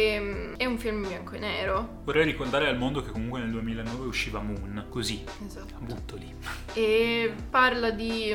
S3: E è un film in bianco e nero.
S2: Vorrei ricordare al mondo che comunque nel 2009 usciva Moon, così,
S3: Esatto.
S2: butto lì.
S3: E parla di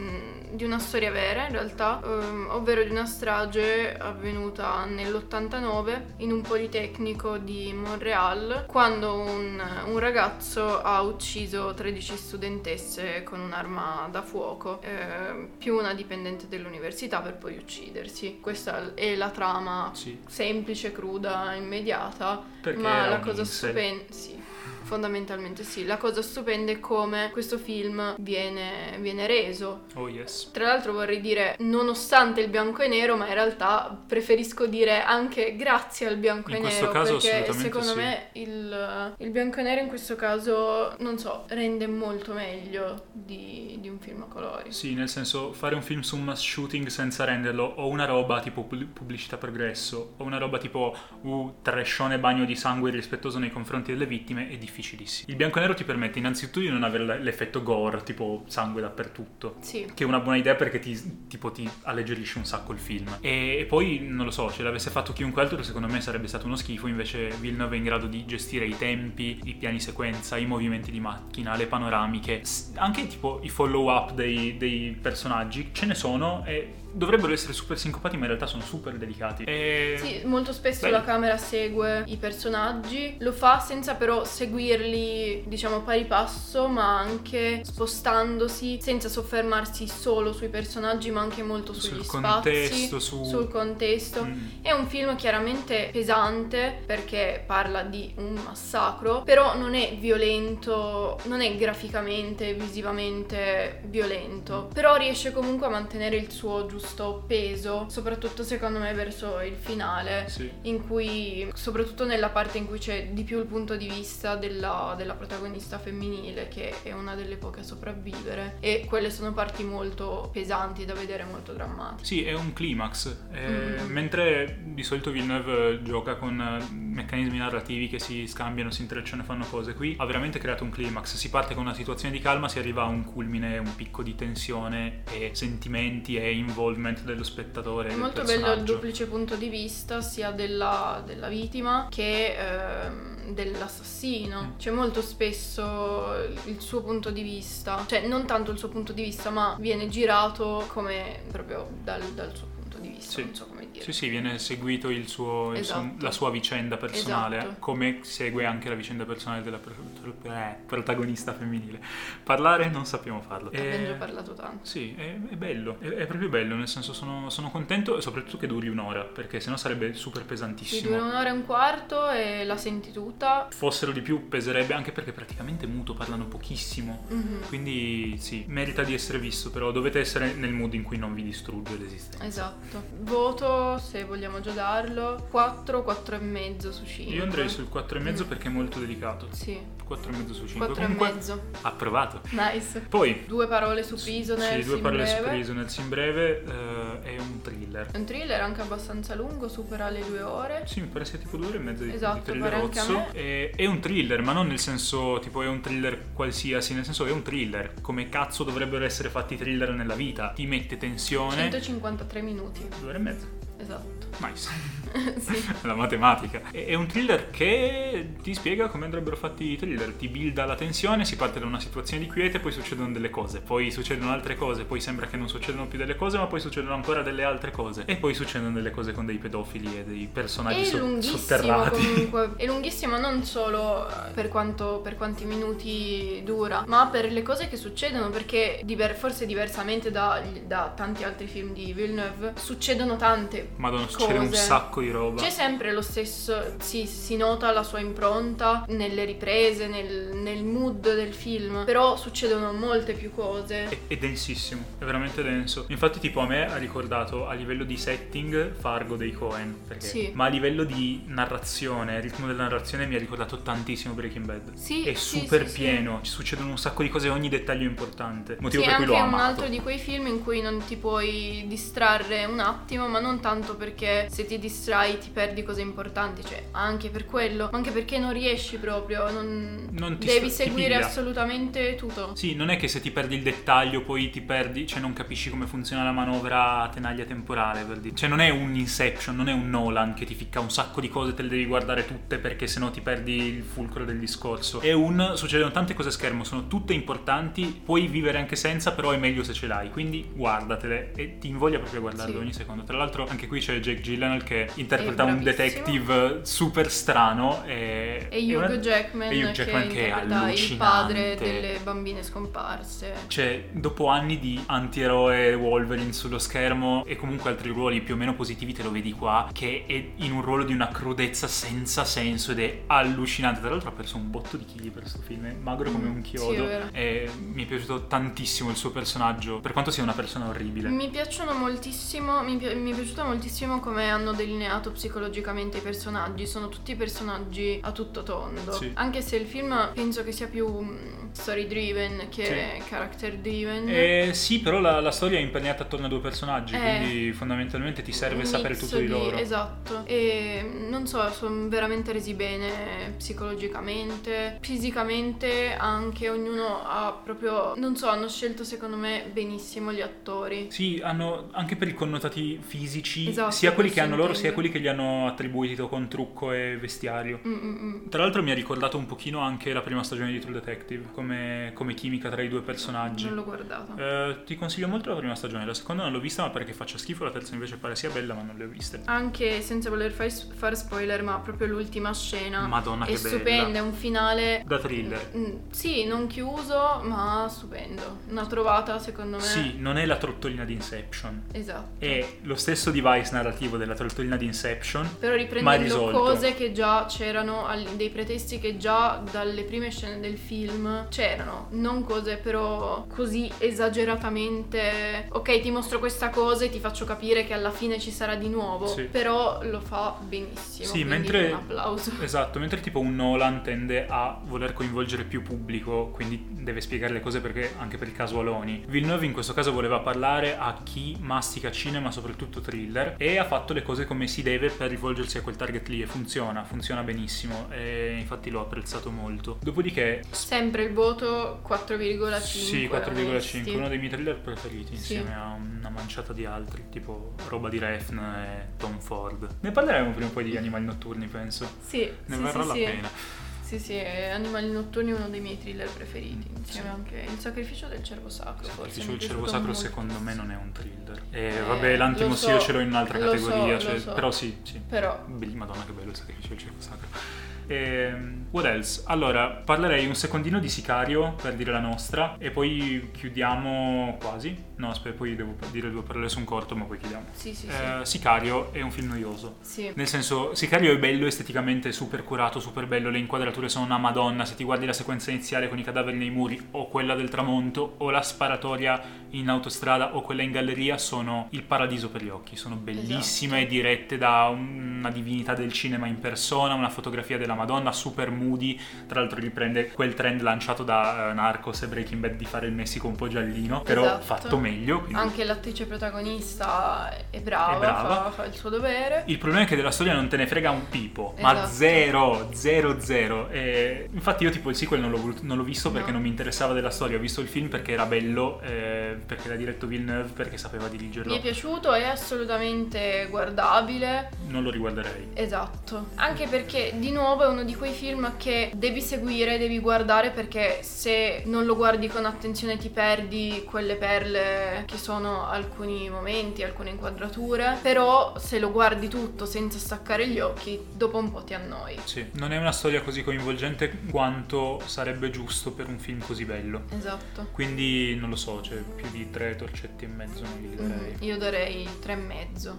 S3: una storia vera in realtà, ovvero di una strage avvenuta nell'89 in un politecnico di Montréal, quando un ragazzo ha ucciso 13 studentesse con un'arma da fuoco, più una dipendente dell'università, per poi uccidersi. Questa è la trama,
S2: Sì.
S3: semplice, cruda, immediata,
S2: Perché
S3: ma
S2: era
S3: la
S2: un
S3: cosa
S2: incel.
S3: stupenda, sì. Fondamentalmente sì, la cosa stupenda è come questo film viene reso.
S2: Oh yes.
S3: Tra l'altro vorrei dire nonostante il bianco e nero, ma in realtà preferisco dire anche grazie al bianco
S2: In
S3: e
S2: questo
S3: nero,
S2: caso
S3: perché
S2: assolutamente
S3: secondo
S2: sì.
S3: me il bianco e nero in questo caso, non so, rende molto meglio di un film a colori.
S2: Sì, nel senso, fare un film su un mass shooting senza renderlo o una roba tipo pubblicità progresso o una roba tipo trashone bagno di sangue irrispettoso nei confronti delle vittime è difficilissimo. Il bianco e nero ti permette innanzitutto di non avere l'effetto gore, tipo sangue dappertutto,
S3: Sì.
S2: che è una buona idea perché ti alleggerisce un sacco il film. E poi, non lo so, se l'avesse fatto chiunque altro secondo me sarebbe stato uno schifo, invece Villeneuve è in grado di gestire i tempi, i piani sequenza, i movimenti di macchina, le panoramiche, anche tipo i follow up dei personaggi, ce ne sono e dovrebbero essere super sincopati, ma in realtà sono super delicati.
S3: Sì, molto spesso
S2: Bello.
S3: la camera segue i personaggi, lo fa senza però seguirli, diciamo, pari passo, ma anche spostandosi, senza soffermarsi solo sui personaggi, ma anche molto sugli
S2: Sul
S3: spazi,
S2: contesto,
S3: sul contesto. È un film chiaramente pesante perché parla di un massacro, però non è violento, non è graficamente, visivamente violento, però riesce comunque a mantenere il suo giusto peso, soprattutto secondo me verso il finale,
S2: Sì.
S3: in cui, soprattutto nella parte in cui c'è di più il punto di vista della protagonista femminile, che è una delle poche a sopravvivere, e quelle sono parti molto pesanti da vedere, molto drammatiche.
S2: Sì, è un climax. Mentre di solito Villeneuve gioca con meccanismi narrativi che si scambiano, si intrecciano e fanno cose, qui ha veramente creato un climax. Si parte con una situazione di calma, si arriva a un culmine, un picco di tensione e sentimenti e involvement dello spettatore.
S3: È
S2: del
S3: molto bello il
S2: personaggio.
S3: duplice punto di vista, sia della vittima che dell'assassino. C'è molto spesso il suo punto di vista, cioè non tanto il suo punto di vista, ma viene girato come proprio dal suo punto di vista,
S2: Sì.
S3: non so come dire.
S2: Sì, viene seguito
S3: Esatto.
S2: la sua vicenda personale,
S3: Esatto.
S2: come segue anche la vicenda personale della protagonista femminile. Parlare non sappiamo farlo.
S3: Abbiamo già parlato tanto.
S2: Sì, è bello, è proprio bello, nel senso sono contento e soprattutto che duri un'ora, perché sennò sarebbe super
S3: Sì,
S2: pesantissimo.
S3: dura 1 ora e un quarto e la senti tutta.
S2: Fossero di più peserebbe, anche perché praticamente muto, parlano pochissimo. Quindi sì, merita di essere visto, però dovete essere nel mood in cui non vi distrugge l'esistenza.
S3: Esatto. Voto, se vogliamo già darlo, 4,5 su 5.
S2: Io andrei sul 4,5 perché è molto delicato.
S3: Sì,
S2: 4,5 su 5.
S3: 4,5.
S2: Approvato.
S3: Nice.
S2: Poi
S3: 2 parole su Prisoners.
S2: sì, 2
S3: in
S2: parole su
S3: breve.
S2: Prisoners in breve. È un thriller.
S3: È un thriller anche abbastanza lungo, supera le 2 ore.
S2: Sì, mi pare sia tipo 2 ore e mezza di
S3: Esatto, pare anche a
S2: thrillerozzo. È un thriller, ma non nel senso tipo è un thriller qualsiasi, nel senso è un thriller. Come cazzo dovrebbero essere fatti i thriller nella vita? Ti mette tensione.
S3: 153 minuti.
S2: 2 ore e mezza.
S3: Esatto.
S2: Nice.
S3: Sì.
S2: La matematica. È un thriller che ti spiega come andrebbero fatti i thriller. Ti builda la tensione, si parte da una situazione di quiete, poi succedono delle cose, poi succedono altre cose, poi sembra che non succedano più delle cose, ma poi succedono ancora delle altre cose, e poi succedono delle cose con dei pedofili e dei personaggi
S3: È lunghissimo
S2: sotterrati.
S3: comunque. È lunghissimo non solo per quanti minuti dura, ma per le cose che succedono, perché forse diversamente da tanti altri film di Villeneuve succedono tante
S2: Madonna,
S3: cose
S2: Succede un sacco di roba.
S3: C'è sempre lo stesso, si nota la sua impronta nelle riprese, nel mood del film, però succedono molte più cose.
S2: È densissimo, è veramente denso. Infatti tipo a me ha ricordato a livello di setting Fargo dei Coen, perché
S3: Sì.
S2: ma a livello di narrazione, ritmo della narrazione mi ha ricordato tantissimo Breaking Bad.
S3: Sì,
S2: è
S3: sì,
S2: super
S3: sì,
S2: pieno, ci succedono un sacco di cose, ogni dettaglio è importante. Motivo
S3: Sì,
S2: per cui l'ho
S3: anche un
S2: amato.
S3: altro di quei film in cui non ti puoi distrarre un attimo, ma non tanto perché se ti distrai ti perdi cose importanti, cioè anche per quello, ma anche perché non riesci proprio,
S2: Non ti
S3: devi
S2: sta- ti
S3: seguire
S2: piglia.
S3: assolutamente tutto.
S2: Sì, non è che se ti perdi il dettaglio poi ti perdi, cioè non capisci come funziona la manovra a tenaglia temporale, per dire. Cioè non è un Inception, non è un Nolan che ti ficca un sacco di cose, te le devi guardare tutte perché sennò ti perdi il fulcro del discorso. Succedono tante cose a schermo, sono tutte importanti, puoi vivere anche senza, però è meglio se ce l'hai, quindi guardatele e ti invoglia proprio a guardarle
S3: Sì.
S2: ogni secondo. Tra l'altro anche qui c'è Jake Gyllenhaal che interpreta
S3: È
S2: un
S3: bravissimo.
S2: detective super strano e
S3: Hugh Jackman,
S2: e Hugh Jackman che è
S3: interpreta il
S2: allucinante.
S3: padre delle bambine scomparse.
S2: Cioè, dopo anni di antieroe Wolverine sullo schermo e comunque altri ruoli più o meno positivi, te lo vedi qua, che è in un ruolo di una crudezza senza senso ed è allucinante. Tra l'altro ha perso un botto di chili per questo film, è magro come un
S3: sì,
S2: chiodo
S3: è vero.
S2: e mi è piaciuto tantissimo il suo personaggio, per quanto sia una persona orribile.
S3: Mi piacciono moltissimo, mi è piaciuto moltissimo come hanno delineato psicologicamente i personaggi, sono tutti personaggi a tutto tondo,
S2: Sì.
S3: anche se il film penso che sia più story driven che character driven.
S2: Sì, però la storia è impegnata attorno a due personaggi, quindi fondamentalmente ti serve
S3: Un
S2: sapere
S3: mix
S2: tutto di loro.
S3: Esatto. E non so, sono veramente resi bene psicologicamente, fisicamente anche, ognuno ha proprio, non so, hanno scelto secondo me benissimo gli attori.
S2: Sì, hanno anche per i connotati fisici,
S3: Esatto,
S2: sia quelli che
S3: questo
S2: hanno loro, sia
S3: intendo.
S2: quelli che gli hanno attribuito con trucco e vestiario. Tra l'altro mi ha ricordato un pochino anche la prima stagione di True Detective, come chimica tra i due personaggi.
S3: Non l'ho guardata.
S2: Ti consiglio molto la prima stagione, la seconda non l'ho vista ma perché faccia schifo, la terza invece pare sia bella ma non le ho viste.
S3: Anche senza voler fare spoiler, ma proprio l'ultima scena
S2: Madonna,
S3: è
S2: che bella.
S3: stupenda, è un finale
S2: Da thriller.
S3: sì, non chiuso, ma stupendo. Una trovata secondo me.
S2: Sì, non è la trottolina di Inception.
S3: Esatto.
S2: È lo stesso device narrativo della trottolina di Inception,
S3: Però
S2: ma
S3: riprendendo
S2: risolto.
S3: cose che già c'erano, dei pretesti che già dalle prime scene del film c'erano, non cose però così esageratamente ok, ti mostro questa cosa e ti faccio capire che alla fine ci sarà di nuovo,
S2: Sì.
S3: però lo fa benissimo,
S2: Sì,
S3: quindi
S2: mentre
S3: un applauso.
S2: Esatto, mentre tipo un Nolan tende a voler coinvolgere più pubblico, quindi deve spiegare le cose perché anche per i casualoni. Villeneuve in questo caso voleva parlare a chi mastica cinema, soprattutto thriller, e ha fatto le cose come si deve per rivolgersi a quel target lì e funziona benissimo e infatti l'ho apprezzato molto. Dopodiché
S3: Sempre il voto 4,5.
S2: sì, 4,5,
S3: onesti.
S2: uno dei miei thriller preferiti
S3: Sì.
S2: insieme a una manciata di altri, tipo roba di Refn e Tom Ford. Ne parleremo prima o poi di Animali Notturni, penso.
S3: Sì,
S2: Ne
S3: sì,
S2: varrà
S3: sì,
S2: la
S3: sì.
S2: pena.
S3: Sì, Animali Notturni è uno dei miei thriller preferiti, insieme anche Il sacrificio del cervo sacro.
S2: Il
S3: forse
S2: sacrificio
S3: mi è
S2: del cervo
S3: piaciuto
S2: sacro
S3: molto.
S2: secondo me non è un thriller. Vabbè,
S3: lo
S2: l'Antimos
S3: so,
S2: io ce l'ho in un'altra
S3: lo
S2: categoria,
S3: so,
S2: cioè,
S3: lo so.
S2: però sì.
S3: Però
S2: Madonna che bello il sacrificio del cervo sacro. What else? Allora, parlerei un secondino di Sicario per dire la nostra e poi chiudiamo quasi. No, aspetta, poi devo dire due parole su un corto, ma poi chiudiamo.
S3: sì.
S2: Sicario è un film noioso.
S3: Sì.
S2: Nel senso, Sicario è bello esteticamente, super curato, super bello, le inquadrature sono una madonna, se ti guardi la sequenza iniziale con i cadaveri nei muri o quella del tramonto o la sparatoria in autostrada o quella in galleria sono il paradiso per gli occhi, sono bellissime,
S3: Esatto.
S2: dirette da una divinità del cinema in persona, una fotografia della Madonna, super moody, tra l'altro riprende quel trend lanciato da Narcos e Breaking Bad di fare il Messico un po' giallino, però
S3: Esatto.
S2: fatto meglio. Quindi
S3: Anche l'attrice protagonista è brava,
S2: È brava.
S3: Fa il suo dovere.
S2: il problema è che della storia non te ne frega un pipo, ma
S3: Esatto.
S2: zero. E infatti io tipo il sequel non l'ho visto perché
S3: No.
S2: non mi interessava della storia, ho visto il film perché era bello, perché l'ha diretto Villeneuve, perché sapeva dirigerlo.
S3: Mi è piaciuto, è assolutamente guardabile.
S2: Non lo riguarderei.
S3: Esatto. Anche perché di nuovo è uno di quei film che devi seguire, devi guardare, perché se non lo guardi con attenzione ti perdi quelle perle che sono alcuni momenti, alcune inquadrature. Però se lo guardi tutto senza staccare gli occhi, dopo un po' ti annoi.
S2: Sì, non è una storia così coinvolgente quanto sarebbe giusto per un film così bello.
S3: Esatto.
S2: Quindi non lo so, cioè più di 3 torcetti e mezzo non gli darei.
S3: Io darei 3,5.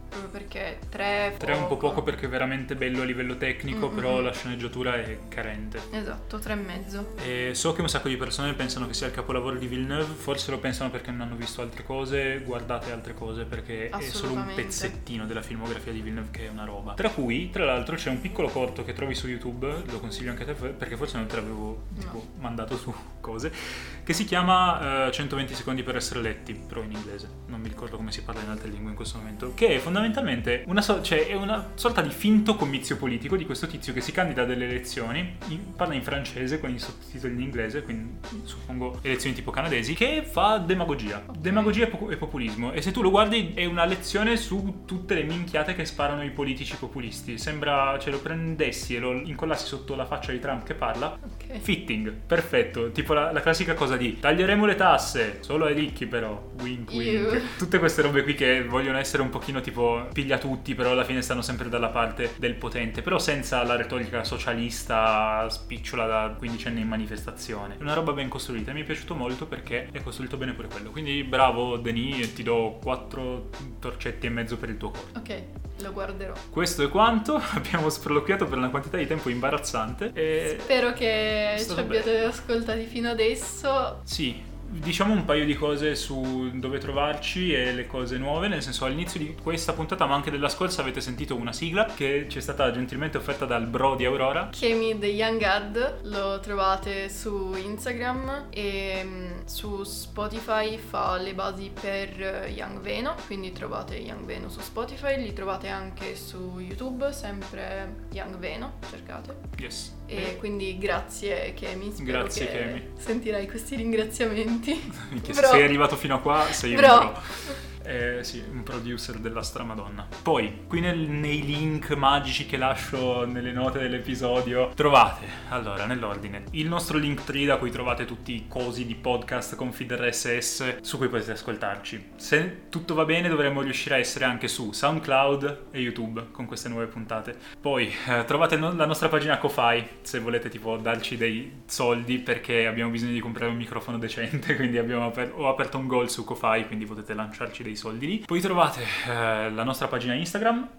S3: proprio perché 3
S2: è un po' poco perché è veramente bello a livello tecnico, però la sceneggiatura è carente.
S3: Esatto, 3,5.
S2: E so che un sacco di persone pensano che sia il capolavoro di Villeneuve, forse lo pensano perché non hanno visto altre cose. Guardate altre cose perché è solo un pezzettino della filmografia di Villeneuve che è una roba. Tra cui, tra l'altro, c'è un piccolo corto che trovi su YouTube, lo consiglio anche a te perché forse non te l'avevo mandato su cose, che si chiama 120 secondi per essere letti, però in inglese, non mi ricordo come si parla in altre lingue in questo momento, che è fondamentalmente è una sorta di finto comizio politico di questo tizio che si candida a delle elezioni, parla in francese con i sottotitoli in inglese, quindi suppongo elezioni tipo canadesi, che fa demagogia. Demagogia e populismo, e se tu lo guardi è una lezione su tutte le minchiate che sparano i politici populisti. Sembra lo prendessi e lo incollassi sotto la faccia di Trump che parla. Fitting, perfetto, tipo la classica cosa di taglieremo le tasse, solo ai ricchi però, wink wink. Tutte queste robe qui che vogliono essere un pochino tipo piglia tutti, però alla fine stanno sempre dalla parte del potente, però senza la retorica socialista spicciola da 15 anni in manifestazione. È una roba ben costruita e mi è piaciuto molto perché è costruito bene pure quello. Quindi bravo Denis, e ti do 4 torcetti e mezzo per il tuo corpo.
S3: Ok, lo guarderò.
S2: Questo è quanto. Abbiamo sproloquiato per una quantità di tempo imbarazzante e
S3: spero che ci abbiate ascoltati fino adesso.
S2: Sì, diciamo un paio di cose su dove trovarci e le cose nuove, nel senso all'inizio di questa puntata ma anche della scorsa avete sentito una sigla che ci è stata gentilmente offerta dal bro di Aurora,
S3: Kemi The Young Ad. Lo trovate su Instagram e su Spotify fa le basi per Young Veno, quindi trovate Young Veno su Spotify, li trovate anche su YouTube, sempre Young Veno, cercate.
S2: Yes.
S3: E quindi grazie Kemi, spero
S2: grazie
S3: che
S2: Kemi.
S3: Sentirai questi ringraziamenti.
S2: Che sei arrivato fino a qua, sei un pro. Sì, un producer della stramadonna. Poi, qui nei link magici che lascio nelle note dell'episodio, trovate, allora, nell'ordine, il nostro Linktree da cui trovate tutti i cosi di podcast con feed RSS su cui potete ascoltarci. Se tutto va bene dovremmo riuscire a essere anche su SoundCloud e YouTube con queste nuove puntate. Poi trovate la nostra pagina Ko-Fi se volete tipo darci dei soldi perché abbiamo bisogno di comprare un microfono decente, quindi ho aperto un goal su Ko-Fi, quindi potete lanciarci dei soldi lì. Poi trovate la nostra pagina Instagram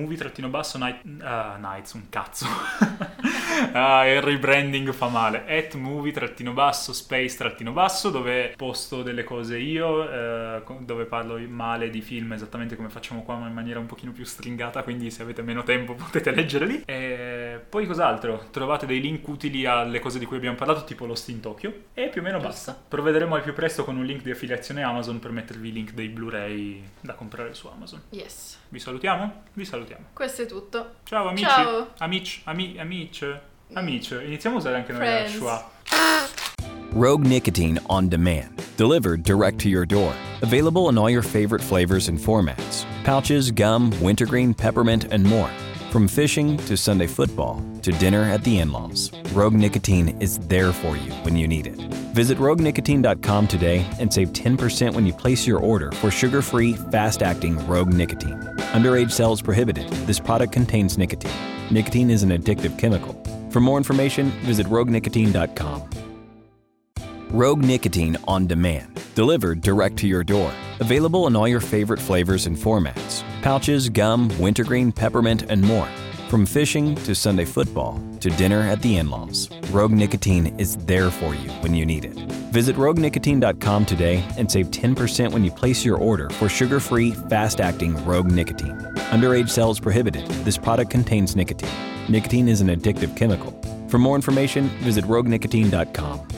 S2: @movie_nights, un cazzo. Il rebranding fa male. @movie_space_ dove posto delle cose io, dove parlo male di film esattamente come facciamo qua ma in maniera un pochino più stringata, quindi se avete meno tempo potete leggere lì. E poi cos'altro? Trovate dei link utili alle cose di cui abbiamo parlato, tipo Lost in Tokyo, e più o meno basta. Provvederemo al più presto con un link di affiliazione Amazon per mettervi i link dei Blu-ray da comprare su Amazon.
S3: Yes.
S2: Vi salutiamo? Vi salutiamo.
S3: Questo è tutto.
S2: Ciao amici.
S3: Ciao.
S2: Amici. Iniziamo a usare anche noi la schwa.
S1: Rogue Nicotine on demand, delivered direct to your door. Available in all your favorite flavors and formats. Pouches, gum, wintergreen, peppermint, and more. From fishing to Sunday football to dinner at the in-laws, Rogue Nicotine is there for you when you need it. Visit RogueNicotine.com today and save 10% when you place your order for sugar-free, fast-acting Rogue Nicotine. Underage sales prohibited. This product contains nicotine. Nicotine is an addictive chemical. For more information, visit RogueNicotine.com. Rogue Nicotine on demand, delivered direct to your door. Available in all your favorite flavors and formats. Pouches, gum, wintergreen, peppermint, and more. From fishing to Sunday football to dinner at the in-laws, Rogue Nicotine is there for you when you need it. Visit RogueNicotine.com today and save 10% when you place your order for sugar-free, fast-acting Rogue Nicotine. Underage sales prohibited. This product contains nicotine. Nicotine is an addictive chemical. For more information, visit RogueNicotine.com.